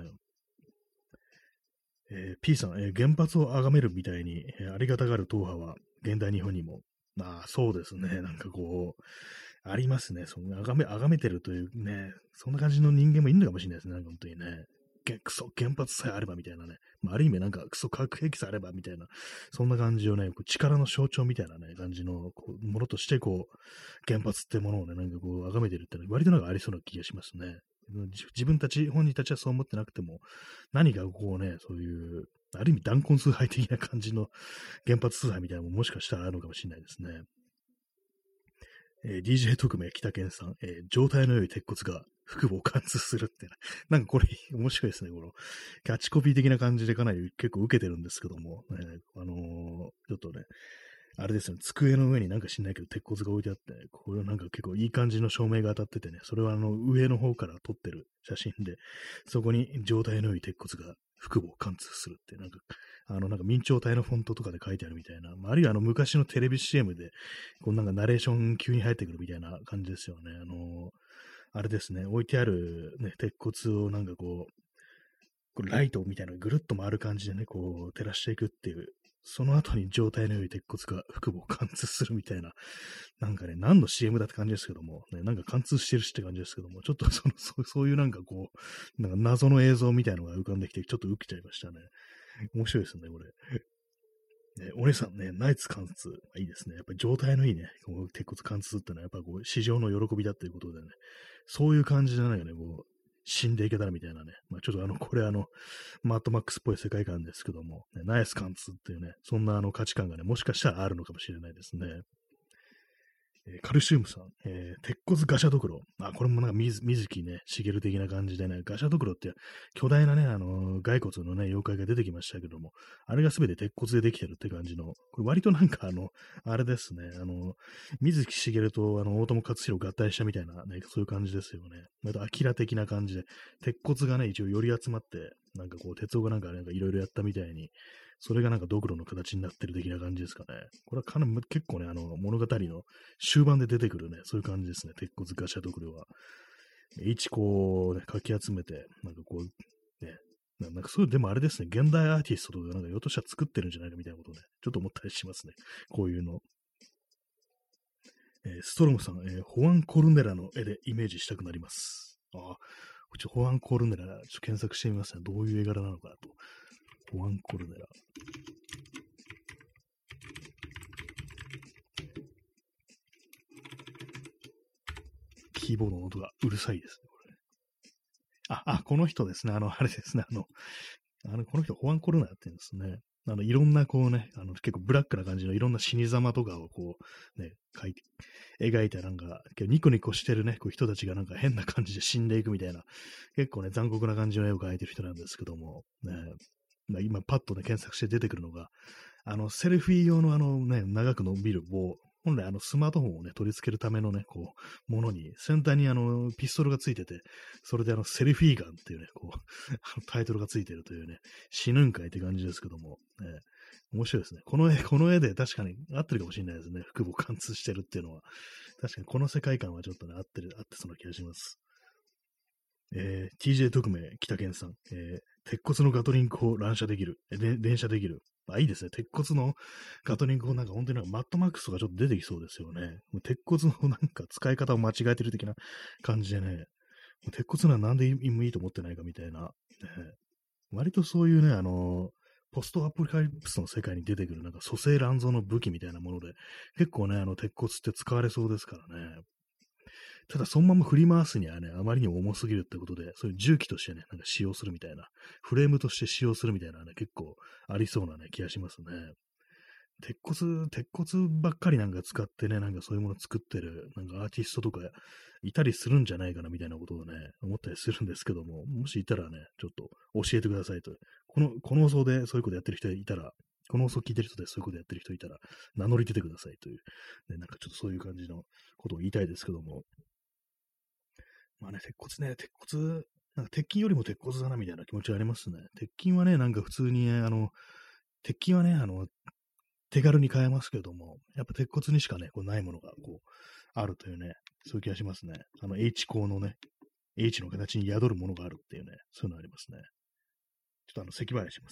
えー、P さん、えー原発を崇めるみたいに、えーありがたがる党派は現代日本にも、まあそうですね、なんかこう、ありますね。その崇め、崇めてるというね、そんな感じの人間もいるのかもしれないですね、なんか本当にね。げクソ、原発さえあればみたいなね。まあ、ある意味なんかクソ核兵器さえあればみたいな、そんな感じをね、こう力の象徴みたいなね、感じのこうものとしてこう、原発ってものをね、なんかこう、崇めてるってのは割となんかありそうな気がしますね。自自分たち、本人たちはそう思ってなくても、何かこうね、そういう、ある意味断根崇拝的な感じの原発崇拝みたいなのももしかしたらあるのかもしれないですね。えー、ディージェー 特命北健さん、えー状態の良い鉄骨が腹部を貫通するってな。なんかこれ面白いですね。このキャッチコピー的な感じでかなり結構受けてるんですけども、ね、あのーちょっとね、あれですよね、机の上になんか知んないけど鉄骨が置いてあって、これなんか結構いい感じの照明が当たっててね、それはあの上の方から撮ってる写真で、そこに状態の良い鉄骨が腹部を貫通するって、なんか、あのなんか明朝体のフォントとかで書いてあるみたいな、まあ、あるいはあの昔のテレビ シーエム で、こうなんかナレーション急に入ってくるみたいな感じですよね。あのあれですね、置いてあるね、鉄骨をなんかこう、こうライトみたいなのがぐるっと回る感じでね、こう照らしていくっていう、その後に状態の良い鉄骨が腹部を貫通するみたいな、なんかね、何の シーエム だって感じですけども、ね、なんか貫通してるしって感じですけども、ちょっとその、そうそういうなんかこう、なんか謎の映像みたいなのが浮かんできて、ちょっと受けちゃいましたね。面白いですね、これ。ね、お姉さんね、ナイツ貫通。いいですね。やっぱり状態のいいね、こう鉄骨貫通ってのは、やっぱこう、市場の喜びだっていうことでね、そういう感じじゃないよね、こう、死んでいけたらみたいなね。まあちょっとあの、これあの、マッドマックスっぽい世界観ですけども、ね、ナイス貫通っていうね、そんなあの価値観がね、もしかしたらあるのかもしれないですね。えーカルシウムさん、えー鉄骨ガシャドクロ。あ、これもなんか水水木ね、しげる的な感じでね、ガシャドクロって巨大なね、あのー骸骨のね、妖怪が出てきましたけども、あれがすべて鉄骨でできてるって感じの、これ割となんかあの、あれですね、あの、水木しげるとあの、大友克洋合体したみたいなね、そういう感じですよね。また、アキラ的な感じで、鉄骨がね、一応より集まって、なんかこう、鉄夫がなんかなんかいろいろやったみたいに、それがなんかドクロの形になってる的な感じですかね。これはかなり結構ね、あの、物語の終盤で出てくるね、そういう感じですね。鉄骨ガシャドクロは。一こう、ね、かき集めて、なんかこう、ね、ななんかそういう、でもあれですね、現代アーティストとかなんかひょっとしたら作ってるんじゃないかみたいなことをね、ちょっと思ったりしますね。こういうの。えーストロムさん、えーホアン・コルネラの絵でイメージしたくなります。ああ、ちょホアン・コルネラ、ちょっと検索してみますね。どういう絵柄なのかなと。ホアン・コルネラ。キーボードの音がうるさいですね。これあ、あ、この人ですね。あの、あれですね。あの、あのこの人、ホアン・コルネラって言うんですね。あの、いろんなこうね、あの、結構ブラックな感じのいろんな死に様とかをこう、ね、描いて、描いたなんか、ニコニコしてるね、こう人たちがなんか変な感じで死んでいくみたいな、結構ね、残酷な感じの絵を描いてる人なんですけども、ね、 まあ、今パッとね、検索して出てくるのが、あの、セルフィー用のあのね、長く伸びる棒、本来あのスマートフォンをね、取り付けるためのね、こう、ものに、先端にあの、ピストルがついてて、それであの、セルフィーガンっていうね、こう、あのタイトルがついてるというね、死ぬんかいって感じですけども、えー面白いですね。この絵、この絵で確かに合ってるかもしれないですね。腹部を貫通してるっていうのは。確かにこの世界観はちょっとね、合ってる、合ってそうな気がします。えー、ティージェー 特命、北健さん、えー、鉄骨のガトリングを乱射できる、えで連射できる。あ、いいですね。鉄骨のガトリングをなんか本当になんかマットマックスとかちょっと出てきそうですよね。もう鉄骨のなんか使い方を間違えてる的な感じでね、もう鉄骨ならなんでもいいと思ってないかみたいな、ね。割とそういうね、あのーポストアポカリプスの世界に出てくるなんか蘇生乱造の武器みたいなもので、結構ね、あの鉄骨って使われそうですからね。ただそのまま振り回すにはね、あまりにも重すぎるってことで、そういう重機としてね、なんか使用するみたいな、フレームとして使用するみたいなね、結構ありそうなね、気がしますね。鉄骨、鉄骨ばっかりなんか使ってね、なんかそういうもの作ってる、なんかアーティストとかいたりするんじゃないかなみたいなことをね、思ったりするんですけども、もしいたらね、ちょっと教えてくださいと。この、この放送でそういうことやってる人いたら、この放送聞いてる人でそういうことやってる人いたら、名乗り出てくださいという、ね、なんかちょっとそういう感じのことを言いたいですけども、まあね、鉄骨ね、鉄骨、なんか鉄筋よりも鉄骨だなみたいな気持ちがありますね。鉄筋はね、なんか普通に、ね、あの、鉄筋はね、あの、手軽に買えますけども、やっぱ鉄骨にしかね、こうないものがこう、あるというね、そういう気がしますね。あの H 鋼のね、H の形に宿るものがあるっていうね、そういうのありますね。ちょっとあの、咳払いします。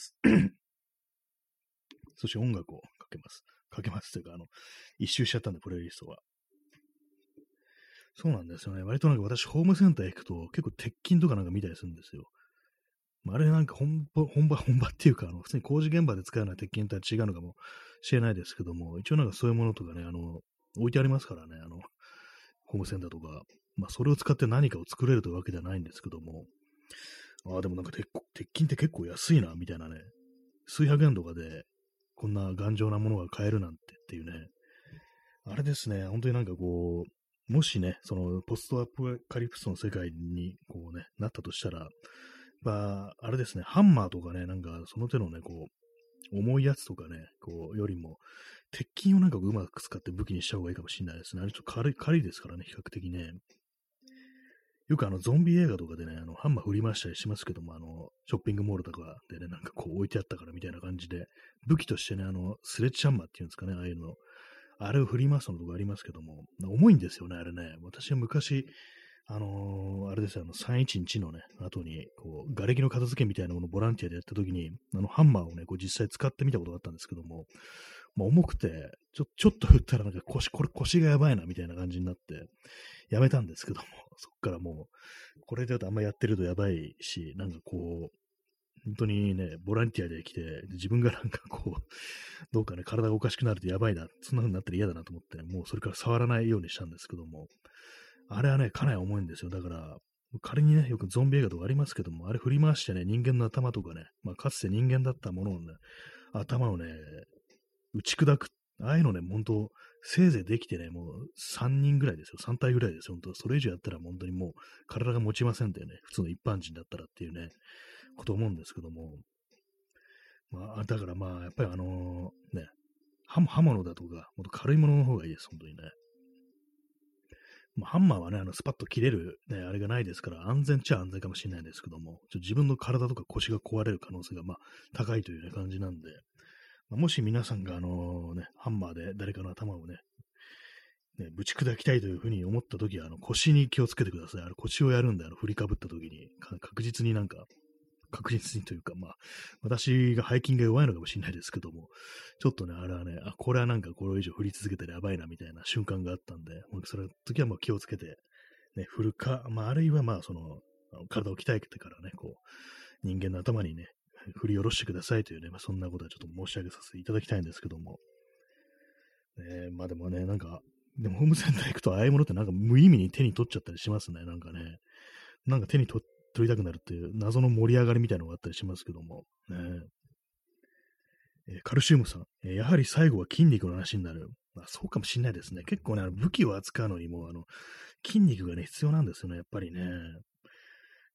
そして音楽をかけます。かけますというか、あの、一周しちゃったんで、プレイリストは。そうなんですよね。割となんか私、ホームセンター行くと、結構鉄筋とかなんか見たりするんですよ。まあ、あれなんか本場、本場、本場っていうか、あの、普通に工事現場で使うような鉄筋とは違うのかもしれないですけども、一応なんかそういうものとかね、あの、置いてありますからね、あの、ホームセンターとか。まあ、それを使って何かを作れるというわけではないんですけども、ああ、でもなんか鉄鉄筋って結構安いな、みたいなね、数百円とかで、こんな頑丈なものが買えるなんてっていうね、あれですね、本当になんかこう、もしね、そのポストアポカリプスの世界にこうね、なったとしたら、まあ、あれですね、ハンマーとかね、なんかその手のね、こう、重いやつとかね、こう、よりも、鉄筋をなんかうまく使って武器にした方がいいかもしれないですね。あれちょっと軽い、軽いですからね、比較的ね。よくあの、ゾンビ映画とかでね、あの、ハンマー振り回したりしますけども、あの、ショッピングモールとかでね、なんかこう置いてあったからみたいな感じで、武器としてね、あの、スレッジハンマーっていうんですかね、ああいうの。あれを振り回すのとかありますけども、重いんですよね、あれね。私は昔、あのーあれですよ、あの、さんいちいちのね、後に、こう、瓦礫の片付けみたいなものをボランティアでやった時に、あの、ハンマーをね、こう実際使ってみたことがあったんですけども、まあ、重くて、ちょ、ちょっと振ったらなんか腰、これ腰がやばいな、みたいな感じになって、やめたんですけども、そっからもう、これだとあんまやってるとやばいし、なんかこう、本当にね、ボランティアで来て、自分がなんかこう、どうかね、体がおかしくなるとやばいな、そんな風になったら嫌だなと思って、もうそれから触らないようにしたんですけども、あれはね、かなり重いんですよ。だから、仮にね、よくゾンビ映画とかありますけども、あれ振り回してね、人間の頭とかね、まあ、かつて人間だったもののね、頭をね、打ち砕く。ああいうのね、本当せいぜいできてね、もうさんにんぐらいですよ。さん体ぐらいですよ。本当それ以上やったら本当にもう体が持ちませんでね、普通の一般人だったらっていうね、こと思うんですけども。まあ、だからまあ、やっぱりあのね、刃刃物だとか、もっと軽いものの方がいいです、本当にね。まあ、ハンマーはね、あの、スパッと切れる、ね、あれがないですから、安全っちゃ安全かもしれないですけども、ちょ自分の体とか腰が壊れる可能性が、まあ、高いという、ね、感じなんで、まあ、もし皆さんが、あのね、ハンマーで誰かの頭をね、ね、ぶち砕きたいというふうに思ったときは、あの、腰に気をつけてください。あの、腰をやるんで、あの、振りかぶったときに、確実になんか、確実にというか、まあ、私が背筋が弱いのかもしれないですけども、ちょっとね、あれはね、あ、これはなんかこれ以上振り続けたらやばいな、みたいな瞬間があったんで、もうそれ時はもう気をつけて、ね、振るか、まあ、あるいはまあ、その、あの体を鍛えてからね、こう、人間の頭にね、振り下ろしてくださいというね、まあ、そんなことはちょっと申し上げさせていただきたいんですけども、ね、まあでもね、なんか、でもホームセンター行くとああいうものってなんか無意味に手に取っちゃったりしますね、なんかね。なんか手に取取りたくなるっていう謎の盛り上がりみたいなのがあったりしますけども、ねえーカルシウムさん、えーやはり最後は筋肉の話になる。まあ、そうかもしれないですね。結構ね、あの武器を扱うのにも、あの、筋肉がね、必要なんですよね、やっぱりね。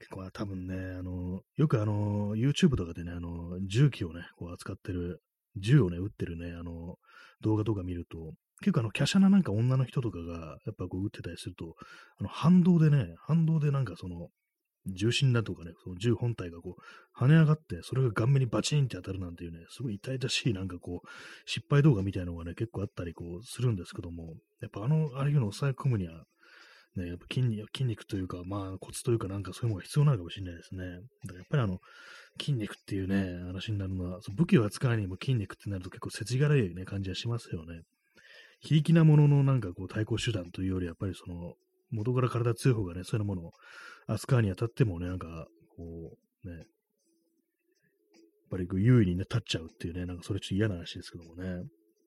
結構多分ね、あの、よくあの、YouTube とかでね、あの、銃器をね、こう扱ってる、銃をね、撃ってるね、あの、動画とか見ると、結構あの、華奢ななんか女の人とかが、やっぱこう撃ってたりすると、あの、反動でね、反動でなんかその、重心だとかね、その銃本体がこう、跳ね上がって、それが顔面にバチンって当たるなんていうね、すごい痛々しいなんかこう、失敗動画みたいなのがね、結構あったりこう、するんですけども、やっぱあの、ああいうのを抑え込むには、ね、やっぱ筋肉、筋肉というか、まあ、コツというか、なんかそういうものが必要なのかもしれないですね。だからやっぱりあの、筋肉っていうね、話になるのは、その武器を扱うにも筋肉ってなると結構世知辛いね、感じはしますよね。非力なもののなんかこう対抗手段というより、やっぱりその、元から体強い方がね、そういうものを扱うにあたってもね、なんか、こう、ね、やっぱりこう優位にね、立っちゃうっていうね、なんかそれちょっと嫌な話ですけどもね。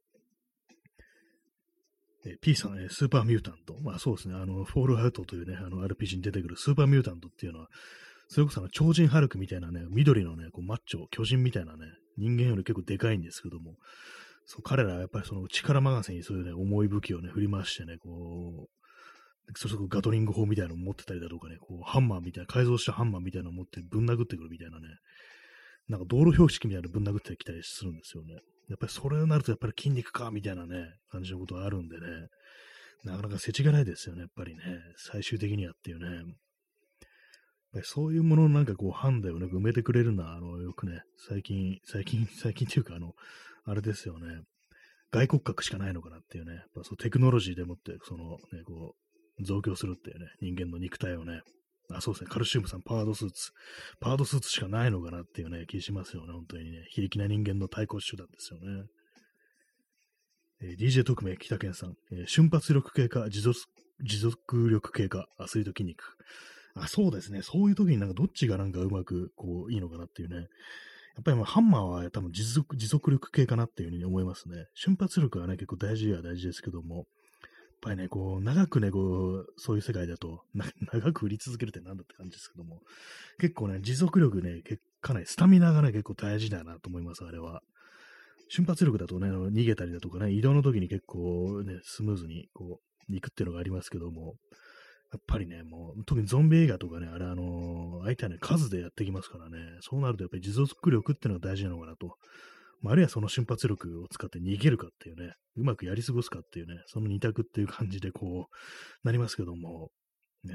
え P さん、えスーパーミュータント。まあそうですね、あの、フォールアウトというね、あの アールピージー に出てくるスーパーミュータントっていうのは、それこそあの超人ハルクみたいなね、緑のね、こうマッチョ、巨人みたいなね、人間より結構でかいんですけども、そう彼らはやっぱりその力任せにそういうね、重い武器をね、振り回してね、こう、それこそガトリング砲みたいなのを持ってたりだとかね、こう、ハンマーみたいな、改造したハンマーみたいなのを持ってぶん殴ってくるみたいなね、なんか道路標識みたいなのぶん殴ってきたりするんですよね。やっぱりそれになるとやっぱり筋肉か、みたいなね、感じのことがあるんでね、なかなか世知辛いですよね、やっぱりね、最終的にはっていうね。やっぱりそういうもののなんかこう、ハンデをね、埋めてくれるのは、あの、よくね、最近、最近、最近っていうか、あの、あれですよね、外骨格しかないのかなっていうね、やっぱそうテクノロジーでもって、そのね、こう、増強するっていうね、人間の肉体をね、あ、そうですね、カルシウムさん、パワードスーツ、パワードスーツしかないのかなっていうね、気しますよね、本当にね、非力な人間の対抗手段ですよね。えー ディージェー 特命、北健さん、えー瞬発力系か、持続、持続力系か、アスリート筋肉。あ、そうですね、そういう時になんかどっちがなんかうまく、こう、いいのかなっていうね、やっぱりまあハンマーは多分持続、持続力系かなっていうふうに思いますね。瞬発力はね、結構大事は大事ですけども、やっぱりね、こう、長くね、こう、そういう世界だと、な長く売り続けるってなんだって感じですけども、結構ね、持続力ね、けかなりスタミナがね、結構大事だなと思います、あれは。瞬発力だとね、あの逃げたりだとかね、移動の時に結構ね、スムーズにこう、行くっていうのがありますけども、やっぱりね、もう、特にゾンビ映画とかね、あれ、あのー相手はね、数でやってきますからね、そうなるとやっぱり持続力っていうのが大事なのかなと。まあ、あるいはその瞬発力を使って逃げるかっていうね、うまくやり過ごすかっていうね、その二択っていう感じでこう、なりますけども、ね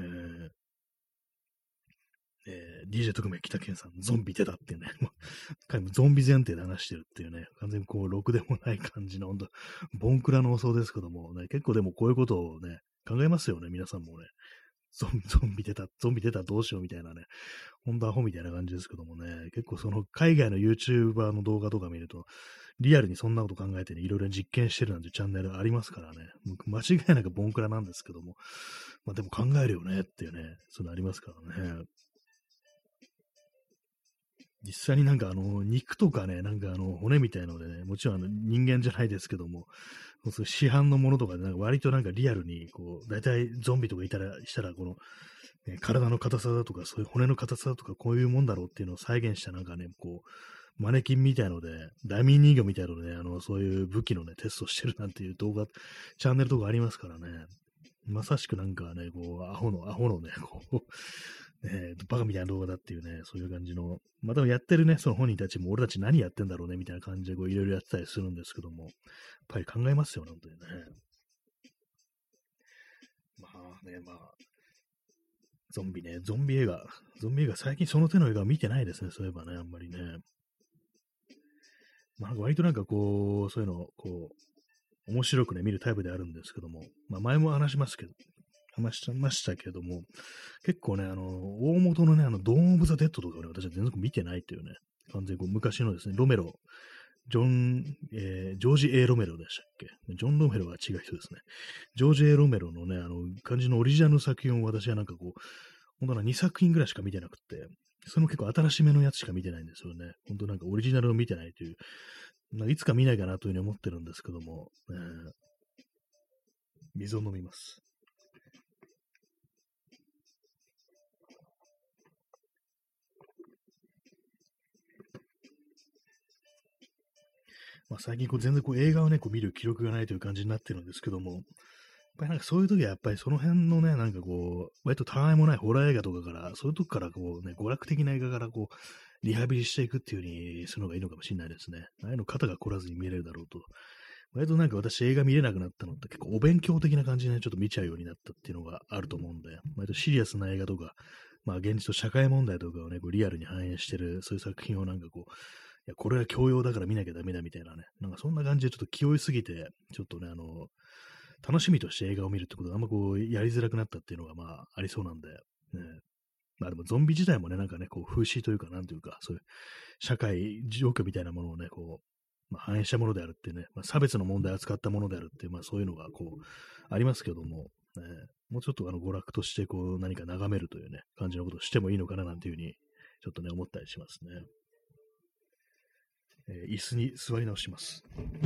えー、ディージェー 特命北健さん、ゾンビ出たっていうね、もう彼もゾンビ前提で話してるっていうね、完全にこう、ろくでもない感じの、ほんと、ボンクラの妄想ですけども、ね、結構でもこういうことをね、考えますよね、皆さんもね。ゾンゾンビ出た、ゾンビ出たらどうしようみたいなね、ほんとアホみたいな感じですけどもね、結構その海外の YouTuber の動画とか見ると、リアルにそんなこと考えてね、いろいろ実験してるなんてチャンネルありますからね、間違いなくボンクラなんですけども、まあでも考えるよねっていうね、そういうのありますからね。実際になんかあの、肉とかね、なんかあの、骨みたいのでね、もちろんあの人間じゃないですけども、そういう市販のものとかでなんか割となんかリアルに、こう、大体ゾンビとかいたら、したら、この、ね、体の硬さだとか、そういう骨の硬さだとか、こういうもんだろうっていうのを再現したなんかね、こう、マネキンみたいので、ダミー人形みたいのでね、あの、そういう武器のね、テストしてるなんていう動画、チャンネルとかありますからね。まさしくなんかね、こう、アホの、アホのね、こう、ね、バカみたいな動画だっていうね、そういう感じの、またやってるね、その本人たちも俺たち何やってんだろうね、みたいな感じでこういろいろやってたりするんですけども、やっぱり考えますよね、本当にね。まあね、まあ、ゾンビね、ゾンビ映画、ゾンビ映画、最近その手の映画を見てないですね、そういえばね、あんまりね。まあ、割となんかこう、そういうの、こう、面白くね、見るタイプであるんですけども、まあ前も話しますけど、話しましたけども、結構ね、あの、大元のね、あの、ドーン・オブ・ザ・デッドとかをね、私は全然見てないっていうね、完全にこう昔のですね、ロメロ、ジョン、えージョージ・ A・ ロメロでしたっけ？ジョン・ロメロは違う人ですね。ジョージ・ A・ ロメロのね、あの、感じのオリジナルの作品を私はなんかこう、本当なにさく品ぐらいしか見てなくて、その結構新しめのやつしか見てないんですよね。本当なんかオリジナルを見てないという、なんかいつか見ないかなというふうに思ってるんですけども、えー水を飲みます。まあ、最近こう全然こう映画をね、こう見る記録がないという感じになってるんですけども、やっぱりなんかそういう時はやっぱりその辺のね、なんかこう、割とたわいもないホラー映画とかから、そういうとこからこうね、娯楽的な映画からこう、リハビリしていくっていう風にするのがいいのかもしれないですね。ああいうの肩が凝らずに見れるだろうと。割となんか私映画見れなくなったのって結構お勉強的な感じで、ね、ちょっと見ちゃうようになったっていうのがあると思うんで、割とシリアスな映画とか、まあ現実と社会問題とかをね、こうリアルに反映してる、そういう作品をなんかこう、いや、これは教養だから見なきゃダメだみたいなね、なんかそんな感じでちょっと気負いすぎて、ちょっとね、あの、楽しみとして映画を見るってことがあんまこう、やりづらくなったっていうのがまあありそうなんで、ね。まあでもゾンビ自体もね、なんかね、こう風刺というか、なんというか、そういう社会状況みたいなものをね、こう、まあ、反映したものであるっていうね、まあ、差別の問題を扱ったものであるっていう、まあそういうのがこう、ありますけども、ね、もうちょっとあの娯楽としてこう何か眺めるというね、感じのことをしてもいいのかななんていうふうに、ちょっとね、思ったりしますね。えー椅子に座り直します。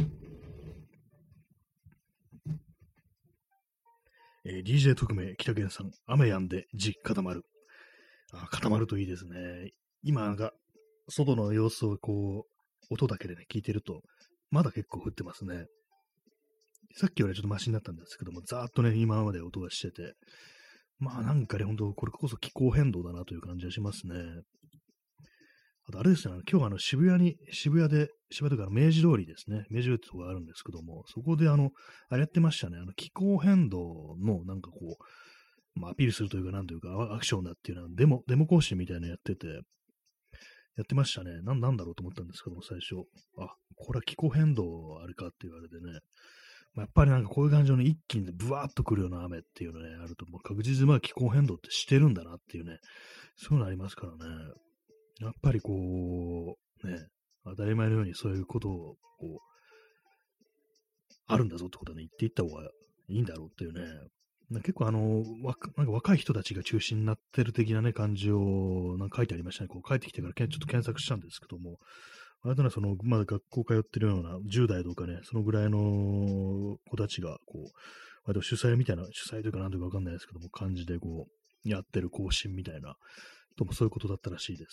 えー ディージェー 特命、北源さん、雨止んで地固まる。あ、固まるといいですね。今なんか、外の様子をこう、音だけでね、聞いてると、まだ結構降ってますね。さっきよりはちょっとマシになったんですけども、ざーっとね、今まで音がしてて、まあなんかね、本当これこそ気候変動だなという感じがしますね。あとあれですね、今日はあの渋谷に、渋谷で、渋谷というか明治通りですね、明治通りってとこがあるんですけども、そこであの、あれやってましたね、あの気候変動のなんかこう、まあ、アピールするというか、なんというか、アクションだっていうのは、デモ、デモ行進みたいなのやってて、やってましたね。なん、なんだろうと思ったんですけども、最初。あ、これは気候変動あれかって言われてね。まあ、やっぱりなんかこういう感じのね、一気にブワーっと来るような雨っていうのね、あると、もう確実にまあ気候変動ってしてるんだなっていうね、そういうのありますからね。やっぱりこう、ね、当たり前のようにそういうことを、こう、あるんだぞってことはね、言っていった方がいいんだろうっていうね。結構あの、わなんか若い人たちが中心になってる的なね、感じをなんか書いてありましたね。こう帰ってきてからけんちょっと検索したんですけども、割とね、その、まだ学校通ってるようなじゅう代とかね、そのぐらいの子たちが、こう、割と主催みたいな、主催というかなんというかわかんないですけども、感じでこう、やってる更新みたいな、ともそういうことだったらしいです。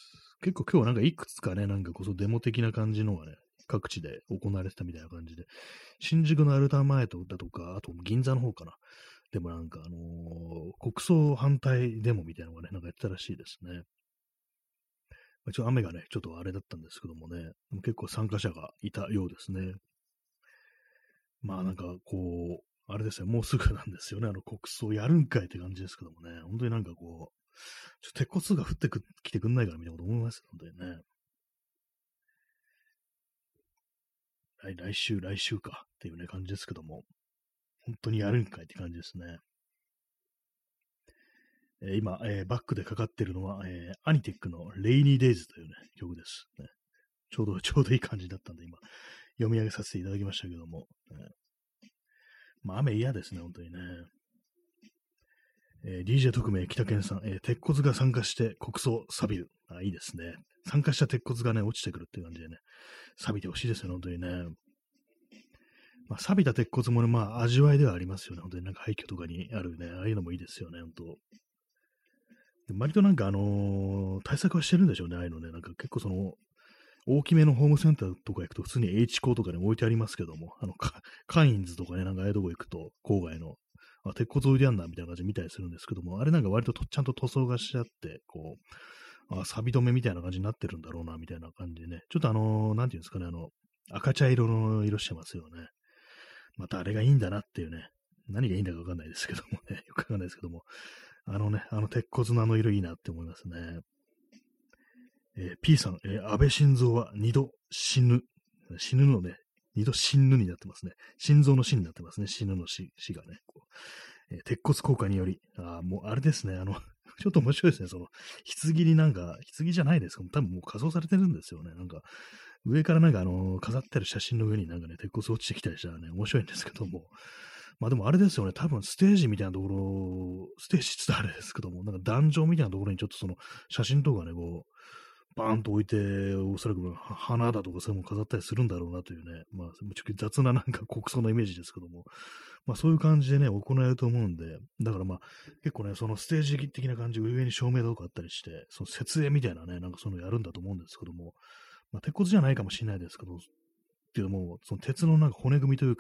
結構今日はなんかいくつかね、なんかこそデモ的な感じのがね、各地で行われてたみたいな感じで、新宿のアルタ前とだとか、あと銀座の方かな。でもなんかあのー国葬反対デモみたいなのがね、なんかやってたらしいですね。まあちょっと雨がね、ちょっとあれだったんですけどもね、でも結構参加者がいたようですね。まあなんかこう、あれですよ、もうすぐなんですよね、あの国葬やるんかいって感じですけどもね、本当になんかこう、ちょっと鉄骨が降ってく来てくんないからみたいなこと思いますよ、本当にね。来来週、来週かっていうね、感じですけども、本当にやるんかいって感じですね。えー今、えーバックでかかってるのは、えーアニテックのレイニーデイズというね、曲です、ね。ちょうど、ちょうどいい感じだったんで、今、読み上げさせていただきましたけども。えーまあ、雨嫌ですね、本当にね。えー ディージェー 特命北健さん、えー鉄骨が酸化して国葬錆びる。あ、いいですね。酸化した鉄骨がね、落ちてくるっていう感じでね、錆びてほしいですよね、本当にね。まあ、錆びた鉄骨もね、まあ、味わいではありますよね。本当になんか廃墟とかにあるね、ああいうのもいいですよね、本当。で割となんかあのー対策はしてるんでしょうね、ああいうのね。なんか結構その、大きめのホームセンターとか行くと普通に H コーとかに置いてありますけども、あの、カカインズとかね、なんかああいうとこ行くと、郊外の、あ、鉄骨置いてあんなみたいな感じで見たりするんですけども、あれなんか割ととちゃんと塗装がしてあって、こう、あ、錆び止めみたいな感じになってるんだろうな、みたいな感じでね、ちょっとあのーなんていうんですかね、あの、赤茶色の色してますよね。またあれがいいんだなっていうね、何がいいんだかわかんないですけどもね、よくわかんないですけども、あのね、あの鉄骨のあの色いいなって思いますね。えー P さん、えー安倍晋三は二度死ぬ。死ぬのね、二度死ぬになってますね。心臓の死になってますね。死ぬの死死がね。こうえー鉄骨効果により、あもうあれですね、あの、ちょっと面白いですね。その、棺になんか、棺じゃないですか。多分もう仮装されてるんですよね。なんか、上からなんかあの、飾ってある写真の上になんかね、鉄骨落ちてきたりしたらね、面白いんですけども。まあでもあれですよね、多分ステージみたいなところ、ステージって言ったらあれですけども、なんか壇上みたいなところにちょっとその写真とかね、こう、バーンと置いて、おそらくは花だとかそういうのも飾ったりするんだろうなというね、まあ、雑ななんか国葬のイメージですけども、まあそういう感じでね、行えると思うんで、だからまあ結構ね、そのステージ的な感じ、上に照明とかあったりして、その設営みたいなね、なんかそういうのやるんだと思うんですけども、まあ鉄骨じゃないかもしれないですけど、けども、その鉄のなんか骨組みというか、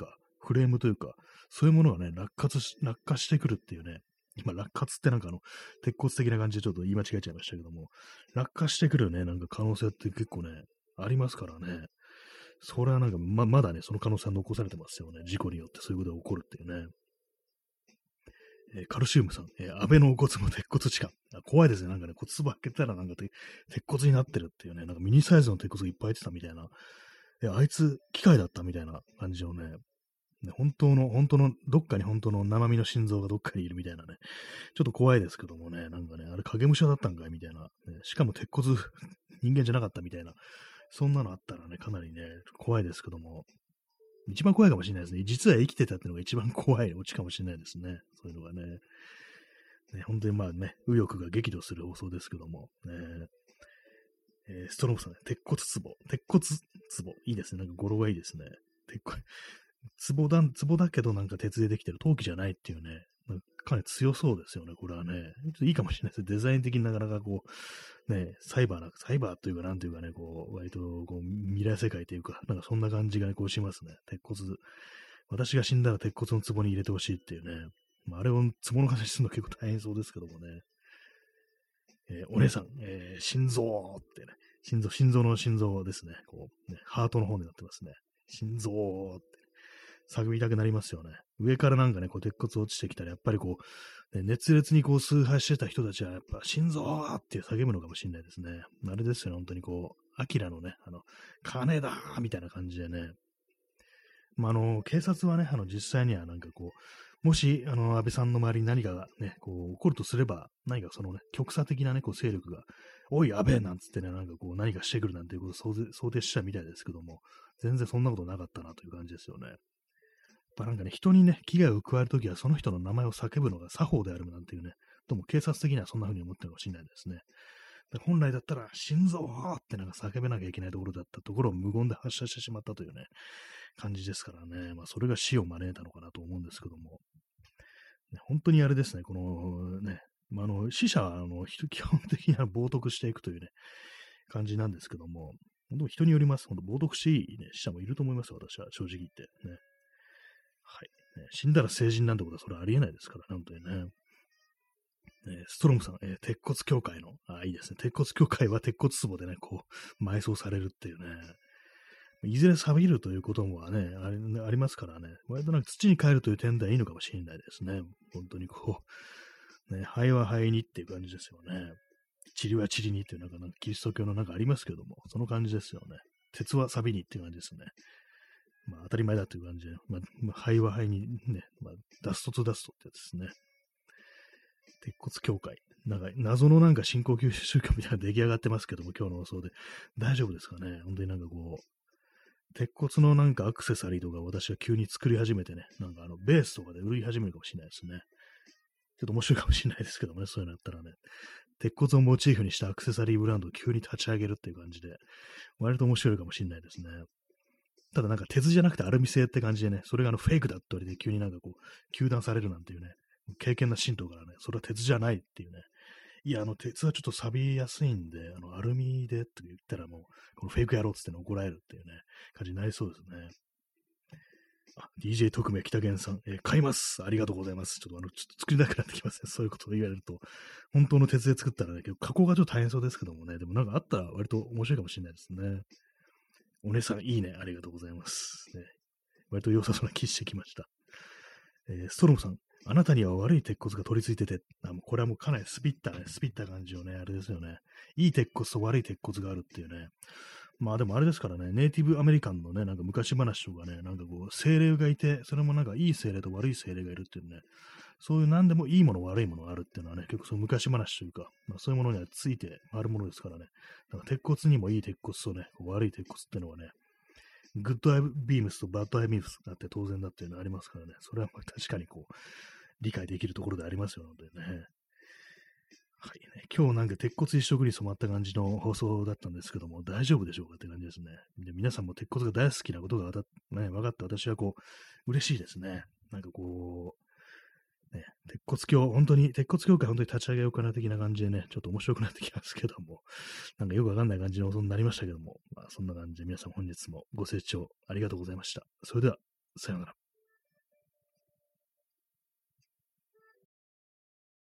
フレームというか、そういうものがね、落下し、落下してくるっていうね、今、落下ってなんかあの、鉄骨的な感じでちょっと言い間違えちゃいましたけども、落下してくるね、なんか可能性って結構ね、ありますからね。それはなんか、ま、まだね、その可能性は残されてますよね。事故によってそういうことが起こるっていうね。えーカルシウムさん、えー安倍のお骨も鉄骨地下。あ、怖いですね。なんかね、骨壺開けたらなんかて鉄骨になってるっていうね、なんかミニサイズの鉄骨がいっぱい入ってたみたいな。え、あいつ、機械だったみたいな感じのね、ね本当の、本当の、どっかに本当の生身の心臓がどっかにいるみたいなね。ちょっと怖いですけどもね、なんかね、あれ影武者だったんかいみたいな、ね。しかも鉄骨、人間じゃなかったみたいな。そんなのあったらね、かなりね、怖いですけども。一番怖いかもしれないですね。実は生きてたっていうのが一番怖いオチかもしれないですね。そういうのがね。ね本当にまあね、右翼が激怒する放送ですけども。ねえーストロームさんね、鉄骨壺。鉄骨壺。いいですね。なんか語呂がいいですね。鉄骨、壺だ、壺だけどなんか鉄でできてる。陶器じゃないっていうね。なんかかなり強そうですよね。これはね。ちょっといいかもしれないです。デザイン的になかなかこう、ね、サイバーな、サイバーというかなんというかね、こう、割とこう未来世界というか、なんかそんな感じがね、こうしますね。鉄骨。私が死んだら鉄骨の壺に入れてほしいっていうね。まあ、あれを壺の形するの結構大変そうですけどもね。えーお姉さん、えー心臓ってね、心臓、心臓の心臓ですね。こう、ね、ハートの方になってますね。心臓って叫びたくなりますよね。上からなんかね、こう鉄骨落ちてきたら、やっぱりこう、ね、熱烈にこう崇拝してた人たちは、やっぱ心臓って叫ぶのかもしれないですね。あれですよね、本当にこう、アキラのね、あの、金だーみたいな感じでね、まあ、あの、警察はね、あの、実際にはなんかこう、もし、あの、安倍さんの周りに何かがね、こう、起こるとすれば、何かそのね、極左的なね、こう、勢力が、おい、安倍なんつってね、なんかこう、何かしてくるなんていうことを想定想定したみたいですけども、全然そんなことなかったなという感じですよね。やっぱなんかね、人にね、危害を加えるときは、その人の名前を叫ぶのが作法であるなんていうね、どうも警察的にはそんな風に思ってるかもしれないですね。で本来だったら、心臓ってなんか叫べなきゃいけないところだったところを無言で発射してしまったというね、感じですからね。まあ、それが死を招いたのかなと思うんですけども。ね、本当にあれですね、このね、まあ、あの死者はあの基本的には冒涜していくというね、感じなんですけども、本当人によります。本当冒涜していい、ね、死者もいると思いますよ、私は正直言って。ね。はい。ね、死んだら成人なんてことはそれはありえないですからね、本当にね。えストロムさん、えー鉄骨教会の、あ、いいですね。鉄骨教会は鉄骨壺でね、こう、埋葬されるっていうね。いずれ錆びるということもね、ありありますからね、割となんか土に帰るという点ではいいのかもしれないですね。本当にこう、ね、灰は灰にっていう感じですよね。塵は塵にっていうなんか、なんかキリスト教のなんかありますけども、その感じですよね。鉄は錆びにっていう感じですね。まあ当たり前だという感じで、まあ、まあ、灰は灰にね、まあ、ダストとダストってやつですね。鉄骨教会。なんか謎のなんか新興宗教みたいなの出来上がってますけども、今日の放送で。大丈夫ですかね。本当になんかこう、鉄骨のなんかアクセサリーとか私が急に作り始めてね、なんかあのベースとかで売り始めるかもしれないですね。ちょっと面白いかもしれないですけどもね、そういうのやったらね。鉄骨をモチーフにしたアクセサリーブランドを急に立ち上げるっていう感じで、割と面白いかもしれないですね。ただなんか鉄じゃなくてアルミ製って感じでね、それがあのフェイクだって言われて急になんかこう、糾弾されるなんていうね、経験な信徒からね、それは鉄じゃないっていうね、いや、あの、鉄はちょっと錆びやすいんで、あの、アルミでって言ったらもう、このフェイク野郎っつっての怒られるっていうね、感じになりそうですね。あ、ディージェー 特命北源さん、えー買います。ありがとうございます。ちょっとあの、ちょっと作りたくなってきますね。そういうことを言われると。本当の鉄で作ったらね、結構加工がちょっと大変そうですけどもね、でもなんかあったら割と面白いかもしれないですね。お姉さん、いいね。ありがとうございます。ね、割と良さそうな気してきました。えーストロムさん、あなたには悪い鉄骨が取り付いてて、あもうこれはもうかなりスピったね、スピった感じをね、あれですよね。いい鉄骨と悪い鉄骨があるっていうね。まあでもあれですからね、ネイティブアメリカンのね、なんか昔話とかね、なんかこう、精霊がいて、それもなんかいい精霊と悪い精霊がいるっていうね、そういう何でもいいもの悪いものがあるっていうのはね、結構その昔話というか、まあそういうものにはついてあるものですからね、なんか鉄骨にもいい鉄骨とね、こう悪い鉄骨っていうのはね、グッドアイビームスとバッドアイビームスがあって当然だっていうのがありますからね、それはまあ確かにこう、理解できるところでありますよのでね。はいね。今日なんか鉄骨一色に染まった感じの放送だったんですけども、大丈夫でしょうかって感じですね。で皆さんも鉄骨が大好きなことがわた、ね、分かって私はこう、嬉しいですね。なんかこう、ね、鉄骨教、本当に、鉄骨教会本当に立ち上げようかな的な感じでね、ちょっと面白くなってきますけども、なんかよくわかんない感じの放送になりましたけども、まあそんな感じで皆さん本日もご清聴ありがとうございました。それでは、さようなら。